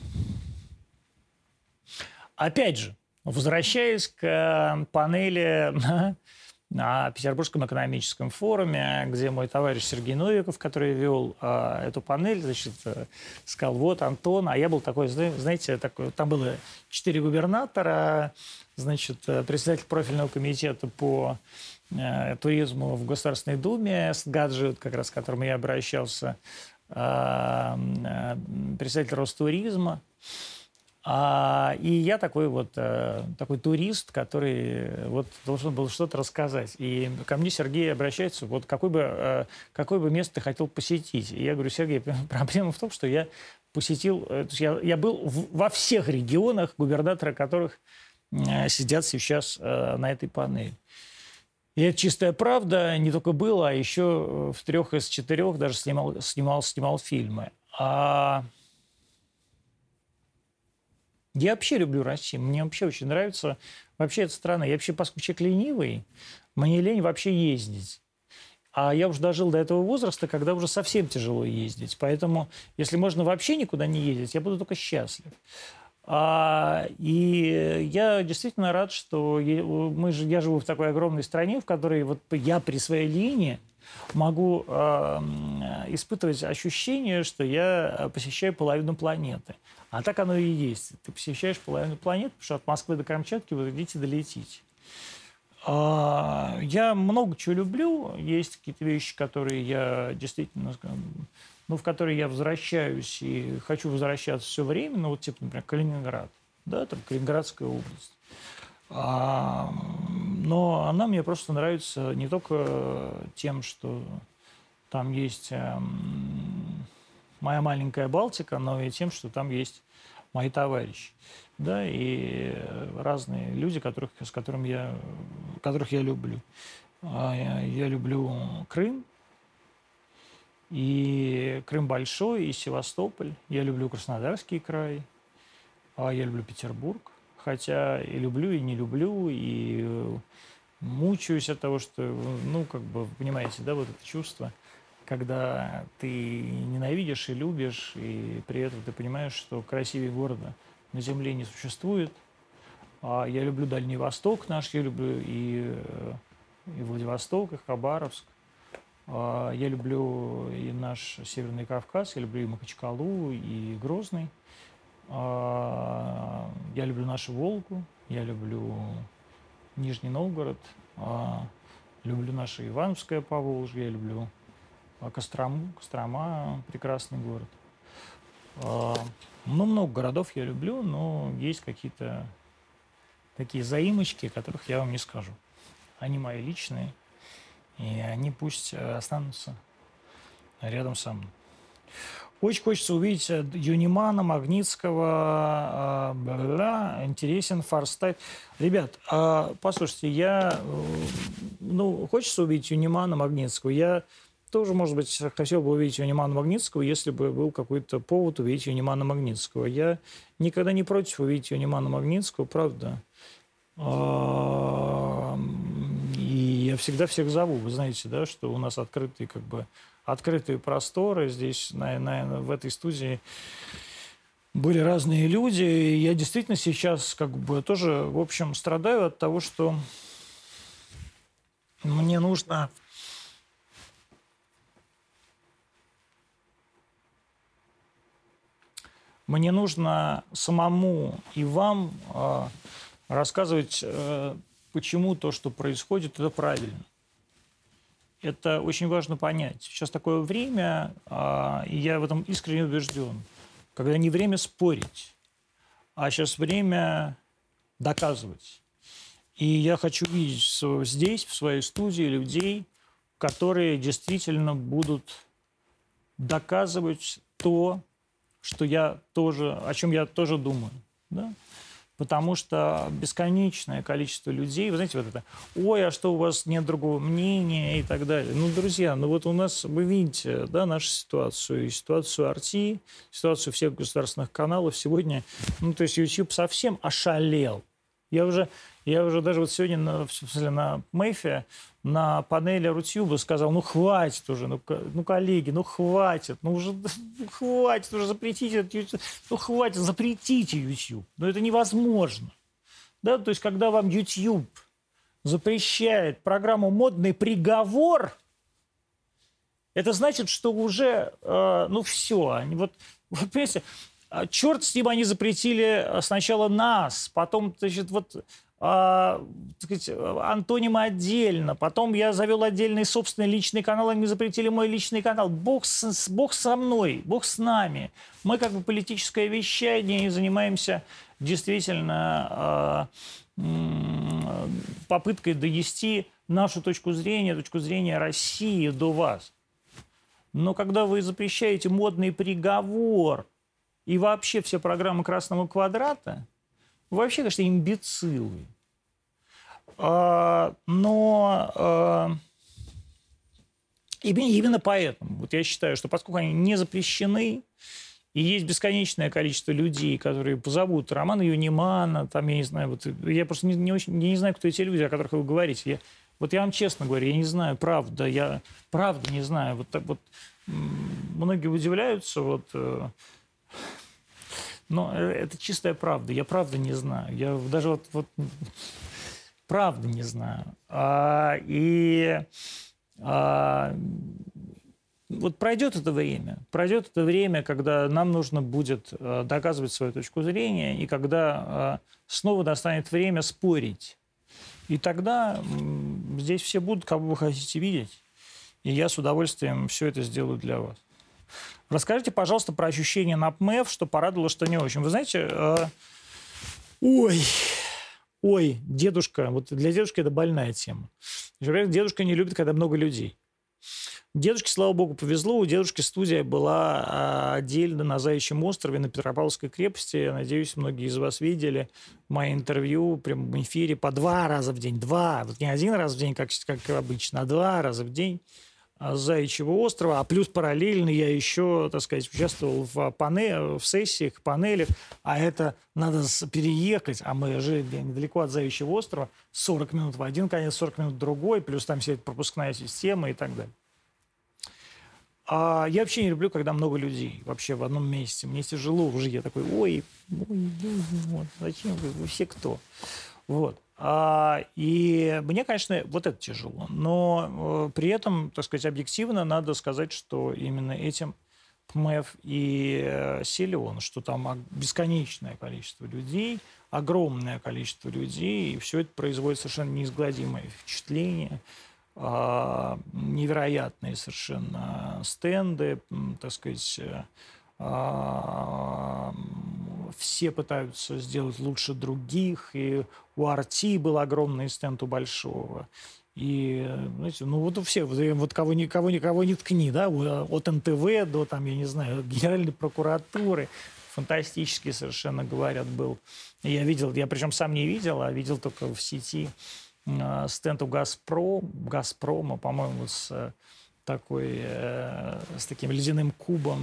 Опять же, возвращаясь к панели на Петербургском экономическом форуме, где мой товарищ Сергей Новиков, который вел эту панель, значит, сказал, вот, Антон, а я был такой, знаете, такой, там было 4 губернатора, значит, председатель профильного комитета по туризму в Государственной Думе, Гаджи, как раз к которому я обращался, председатель Ростуризма. И я такой вот такой турист, который вот должен был что-то рассказать. И ко мне Сергей обращается, вот какое бы место ты хотел посетить. И я говорю, Сергей, проблема в том, что я посетил, я был во всех регионах, губернаторы которых сидят сейчас на этой панели. И это чистая правда, не только было, а еще в 3 из 4 даже снимал фильмы. Я вообще люблю Россию. Мне вообще очень нравится вообще эта страна. Я вообще, поскольку человек ленивый, мне лень вообще ездить. А я уже дожил до этого возраста, когда уже совсем тяжело ездить. Поэтому, если можно вообще никуда не ездить, я буду только счастлив. И я действительно рад, что я живу в такой огромной стране, в которой вот я при своей линии могу испытывать ощущение, что я посещаю половину планеты. А так оно и есть. Ты посещаешь половину планеты, потому что от Москвы до Камчатки вы идите долетите. Я много чего люблю. Есть какие-то вещи, которые я действительно, в которые я возвращаюсь и хочу возвращаться все время. Ну, вот, типа, например, Калининград. Да, там Калининградская область. Но она мне просто нравится не только тем, что там есть моя маленькая Балтика, но и тем, что там есть мои товарищи. Да, и разные люди, которых я люблю. Я люблю Крым, и Крым большой, и Севастополь. Я люблю Краснодарский край, я люблю Петербург. Хотя и люблю, и не люблю, и мучаюсь от того, что, понимаете, да, вот это чувство, когда ты ненавидишь и любишь, и при этом ты понимаешь, что красивее города на земле не существует. Я люблю Дальний Восток наш, я люблю и Владивосток, и Хабаровск. Я люблю и наш Северный Кавказ, я люблю и Махачкалу, и Грозный. Я люблю нашу Волгу, я люблю Нижний Новгород, люблю наше Ивановское Поволжье, я люблю Кострому. Кострома – прекрасный город. Много городов я люблю, но есть какие-то такие заимочки, которых я вам не скажу. Они мои личные, и они пусть останутся рядом со мной. Очень хочется увидеть Юнимана, Магнитского, интересен Форстайт. Ребят, послушайте, хочется увидеть Юнимана, Магнитского. Я тоже, может быть, хотел бы увидеть Юнимана Магнитского, если бы был какой-то повод увидеть Юнимана Магнитского. Я никогда не против увидеть Юнимана Магнитского, правда. И я всегда всех зову. Вы знаете, да, что у нас открытые просторы. Здесь, наверное, в этой студии были разные люди. И я действительно сейчас тоже, в общем, страдаю от того, что мне нужно самому и вам рассказывать, почему то, что происходит, это правильно. Это очень важно понять. Сейчас такое время, и я в этом искренне убежден, когда не время спорить, а сейчас время доказывать. И я хочу видеть здесь, в своей студии, людей, которые действительно будут доказывать то, о чем я тоже думаю. Да? Потому что бесконечное количество людей, вы знаете, вот это, ой, а что у вас нет другого мнения и так далее. Друзья, вот у нас, вы видите, да, нашу ситуацию, и ситуацию RT, ситуацию всех государственных каналов сегодня, то есть YouTube совсем ошалел. Я уже даже вот сегодня на МЭФе, на панели Рутюба сказал, хватит уже, коллеги, хватит, хватит уже, запретите YouTube, хватит, запретите YouTube. Это невозможно. Да, то есть, когда вам YouTube запрещает программу «Модный приговор», это значит, что уже, все. Понимаете, черт с ним, они запретили сначала нас, потом, антонимы отдельно, потом я завел отдельный собственный личный канал, они запретили мой личный канал. Бог со мной, Бог с нами. Мы политическое вещание и занимаемся действительно попыткой донести нашу точку зрения России до вас. Но когда вы запрещаете «Модный приговор» и вообще все программы «Красного квадрата», вы вообще, конечно, имбецилы. Но именно поэтому я считаю, что поскольку они не запрещены, И есть бесконечное количество людей, которые позовут Романа Юнимана, там, я не знаю, вот, я просто не знаю, кто эти люди, о которых вы говорите. Я вам честно говорю, я не знаю, правда, я правда не знаю. Вот так вот многие удивляются, но это чистая правда. Я правда не знаю. Я даже правда не знаю. Вот пройдет это время, когда нам нужно будет доказывать свою точку зрения, и когда снова настанет время спорить. И тогда здесь все будут, кого вы хотите видеть, и я с удовольствием все это сделаю для вас. Расскажите, пожалуйста, про ощущения на ПМЭФ, что порадовало, что не очень. Вы знаете, дедушка, вот для дедушки это больная тема. Дедушка не любит, когда много людей. Дедушке, слава богу, повезло. У дедушки студия была отдельно на Заячьем острове, на Петропавловской крепости. Я надеюсь, многие из вас видели мои интервью в прямом эфире по 2 раза в день. Вот не 1 раз в день, как обычно, а 2 раза в день с Заячьего острова. А плюс параллельно я еще, так сказать, участвовал в сессиях, панелях. А это надо переехать. А мы жили недалеко от Заячьего острова. 40 минут в один конец, 40 минут в другой. Плюс там вся эта пропускная система и так далее. Я вообще не люблю, когда много людей вообще в одном месте. Мне тяжело уже. Я такой, зачем вы все кто? И мне, конечно, вот это тяжело. Но при этом, так сказать, объективно надо сказать, что именно этим ПМЭФ и силен, что там бесконечное количество людей, огромное количество людей, и все это производит совершенно неизгладимое впечатление. Невероятные совершенно стенды, так сказать, все пытаются сделать лучше других, и у Арти был огромный стенд у Большого. И, знаете, у всех, кого не ткни, да, от НТВ до, там, я не знаю, Генеральной прокуратуры, фантастический совершенно, говорят, был. Я причем сам не видел, а видел только в сети стенд у Газпрома, по-моему, с таким ледяным кубом,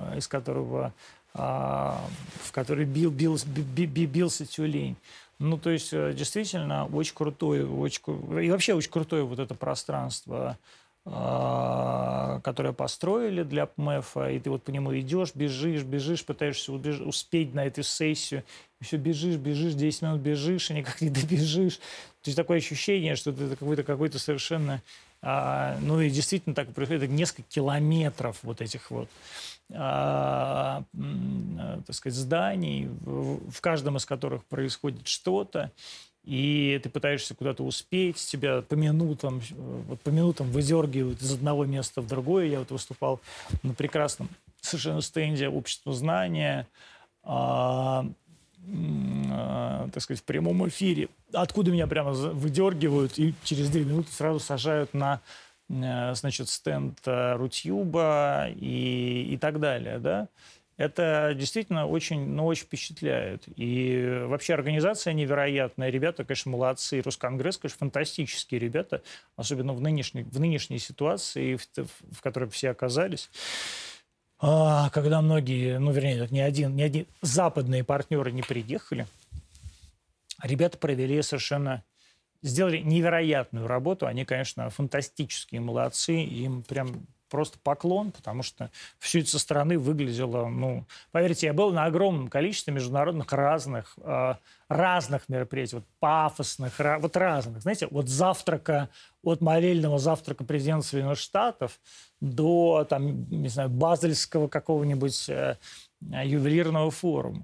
в который бился тюлень. То есть, действительно, очень крутое, и вообще очень крутое вот это пространство, которое построили для ПМЭФа, и ты по нему идешь, бежишь, пытаешься успеть на эту сессию, и все бежишь, 10 минут бежишь, и никак не добежишь. То есть такое ощущение, что ты какой-то совершенно... и действительно так происходит, несколько километров вот этих так сказать, зданий, в каждом из которых происходит что-то, и ты пытаешься куда-то успеть, тебя по минутам выдергивают из одного места в другое. Я выступал на прекрасном совершенно стенде «Общество знания», так сказать, в прямом эфире, откуда меня прямо выдергивают и через 2 минуты сразу сажают на, значит, стенд Рутьюба и так далее, да. Это действительно очень впечатляет. И вообще организация невероятная. Ребята, конечно, молодцы. Росконгресс, конечно, фантастические ребята, особенно в нынешней ситуации, в которой все оказались. Когда многие, ни один западные партнеры не приехали, ребята сделали невероятную работу. Они, конечно, фантастические молодцы. Им прям просто поклон, потому что все это со стороны выглядело, поверьте, я был на огромном количестве международных разных мероприятий, пафосных, разных. Знаете, от молельного завтрака президента Соединенных Штатов до, не знаю, базельского какого-нибудь ювелирного форума.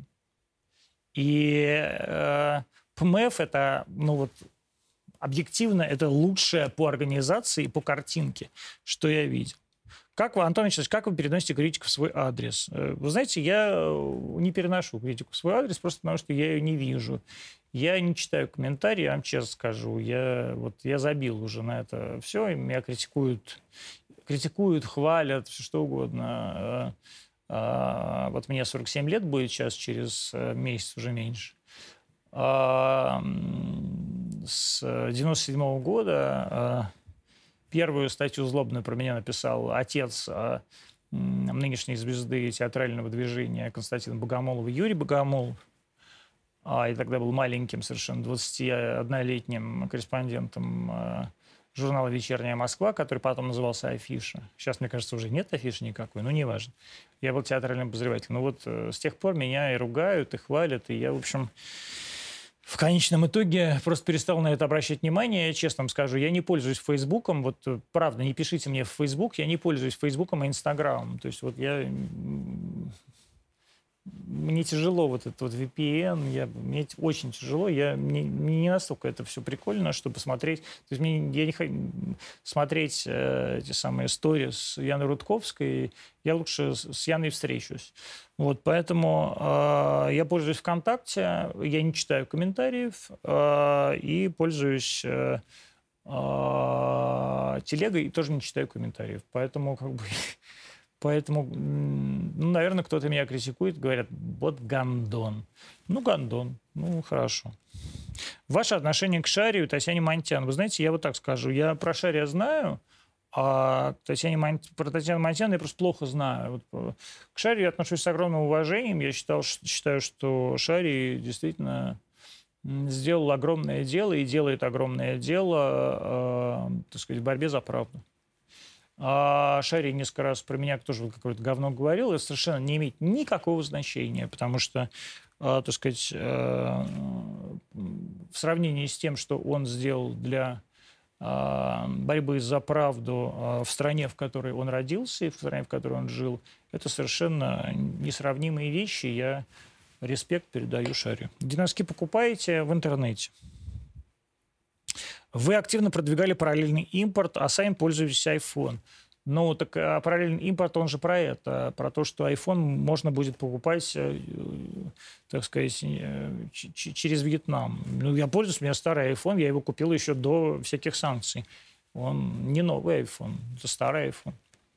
И ПМЭФ это, объективно, это лучшее по организации и по картинке, что я видел. Антон Вячеславович, как вы переносите критику в свой адрес? Вы знаете, я не переношу критику в свой адрес, просто потому что я ее не вижу. Я не читаю комментарии, я вам честно скажу. Я забил уже на это все, и меня критикуют, хвалят, все что угодно. Мне 47 лет будет сейчас, через месяц, уже меньше. С 97 года... Первую статью злобную про меня написал отец нынешней звезды театрального движения Константина Богомолова Юрий Богомолов. И тогда был маленьким, совершенно 21-летним корреспондентом журнала «Вечерняя Москва», который потом назывался «Афиша». Сейчас, мне кажется, уже нет афиши никакой, но неважно. Я был театральным обозревателем. Но вот с тех пор меня и ругают, и хвалят, и я, в общем, в конечном итоге просто перестал на это обращать внимание. Честно вам скажу, я не пользуюсь Фейсбуком. Вот правда, не пишите мне в Фейсбук, я не пользуюсь Фейсбуком и Инстаграмом. То есть вот мне тяжело вот этот вот VPN, мне очень тяжело, мне не настолько это все прикольно, чтобы смотреть. То есть я не хочу смотреть эти самые сторис Яны Рудковской, я лучше с Яной встречусь. Вот, поэтому я пользуюсь ВКонтакте, я не читаю комментариев и пользуюсь телегой и тоже не читаю комментариев. Поэтому как бы... Поэтому, ну, наверное, кто-то меня критикует, говорят, вот гандон. Ну, гандон, ну, хорошо. Ваше отношение к Шарию, Татьяне Монтян. Вы знаете, я вот так скажу, я про Шария знаю, а про Татьяну Монтян я просто плохо знаю. Вот, к Шарию я отношусь с огромным уважением. Я считаю, что Шарий действительно сделал огромное дело и делает огромное дело, так сказать, в борьбе за правду. А Шарий несколько раз про меня тоже какое-то говно говорил, это совершенно не имеет никакого значения, потому что, так сказать, в сравнении с тем, что он сделал для борьбы за правду в стране, в которой он родился и в стране, в которой он жил, это совершенно несравнимые вещи. Я респект передаю Шарию. Диноски покупаете в интернете. Вы активно продвигали параллельный импорт, а сами пользуетесь iPhone. Ну, так параллельный импорт, он же про это, про то, что iPhone можно будет покупать, так сказать, через Вьетнам. Ну, я пользуюсь, у меня старый iPhone, я его купил еще до всяких санкций. Он не новый iPhone, это старый iPhone.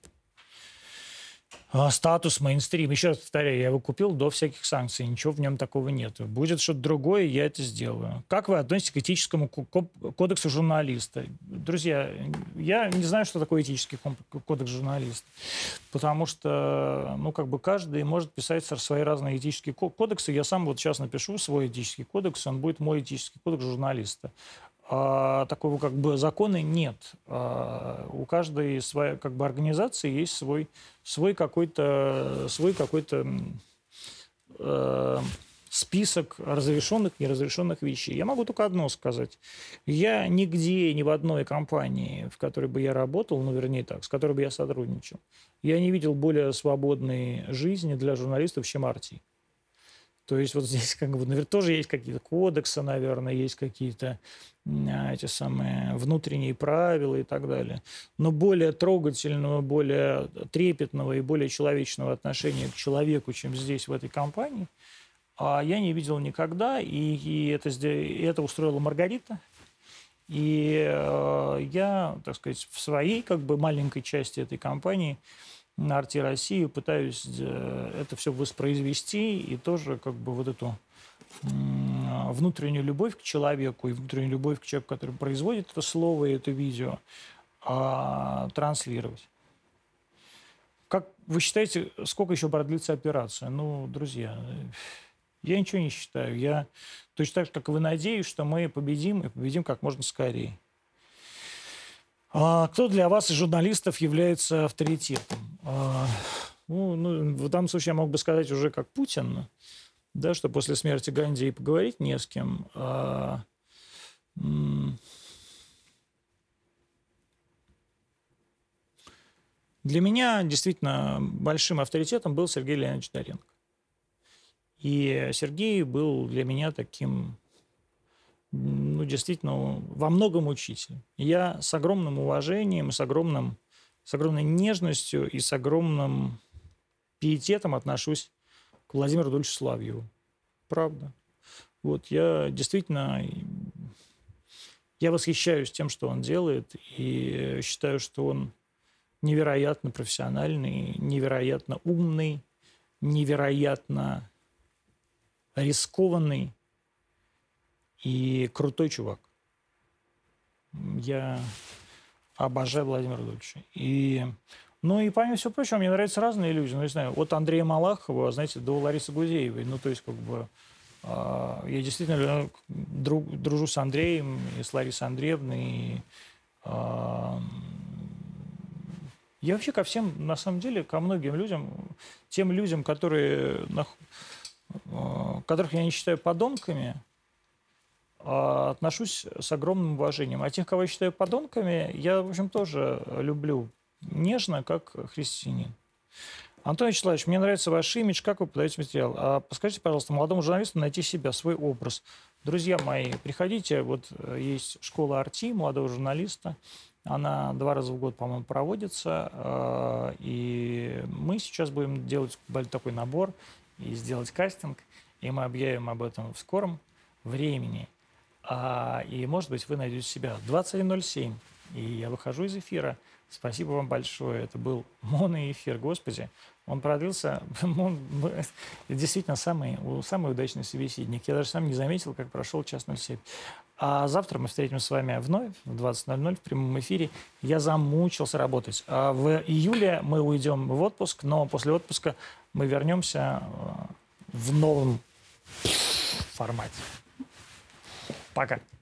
Статус, мейнстрим. Еще раз повторяю, я его купил до всяких санкций. Ничего в нем такого нет. Будет что-то другое, я это сделаю. Как вы относитесь к этическому кодексу журналиста? Друзья, я не знаю, что такое этический кодекс журналиста. Потому что, ну, как бы каждый может писать свои разные этические кодексы. Я сам вот сейчас напишу свой этический кодекс, он будет мой этический кодекс журналиста. Такого как бы закона нет. У каждой своей как бы организации есть свой какой-то список разрешенных и неразрешенных вещей. Я могу только одно сказать. Я нигде, ни в одной компании, в которой бы я работал, ну, вернее так, с которой бы я сотрудничал, я не видел более свободной жизни для журналистов, чем RT. То есть вот здесь как бы, наверное, тоже есть какие-то кодексы, наверное, есть какие-то эти самые внутренние правила и так далее. Но более трогательного, более трепетного и более человечного отношения к человеку, чем здесь, в этой компании, я не видел никогда. И это устроила Маргарита. И я, так сказать, в своей как бы маленькой части этой компании на RT России пытаюсь это все воспроизвести и тоже как бы вот эту внутреннюю любовь к человеку и внутреннюю любовь к человеку, который производит это слово и это видео, транслировать. Как вы считаете, сколько еще продлится операция? Ну, друзья, я ничего не считаю. Я точно так же, как и вы, надеюсь, что мы победим и победим как можно скорее. Кто для вас из журналистов является авторитетом? Ну, в данном случае я мог бы сказать уже как Путин, да, что после смерти Ганди и поговорить не с кем. Для меня действительно большим авторитетом был Сергей Леонидович Доренко. И Сергей был для меня таким, ну, действительно, во многом учителем. Я с огромным уважением, с огромной нежностью и с огромным пиететом отношусь к Владимиру Рудольфовичу Соловьеву. Правда. Вот я действительно, я восхищаюсь тем, что он делает, и считаю, что он невероятно профессиональный, невероятно умный, невероятно рискованный и крутой чувак. Я обожаю Владимира Рудольфовича. И Ну и помимо всего прочего, мне нравятся разные люди. Ну, не знаю, от Андрея Малахова, знаете, до Ларисы Гузеевой. Ну, то есть, как бы, я действительно дружу с Андреем и с Ларисой Андреевной. И, я вообще ко всем, на самом деле, ко многим людям, тем людям, которых я не считаю подонками, отношусь с огромным уважением. А тех, кого я считаю подонками, я, в общем, тоже люблю нежно, как христианин. Антон Вячеславович, мне нравится ваш имидж, как вы подаете материал. Подскажите, пожалуйста, молодому журналисту найти себя, свой образ. Друзья мои, приходите, вот есть школа Арти, молодого журналиста. Она 2 раза в год, по-моему, проводится. И мы сейчас будем делать такой набор и сделать кастинг. И мы объявим об этом в скором времени. И, может быть, вы найдете себя. 21:07. И я выхожу из эфира. Спасибо вам большое. Это был моноэфир. Господи, он продлился. Действительно, самый удачный собеседник. Я даже сам не заметил, как прошел 1:07. А завтра мы встретимся с вами вновь в 20:00 в прямом эфире. Я замучился работать. В июле мы уйдем в отпуск, но после отпуска мы вернемся в новом формате. Пока.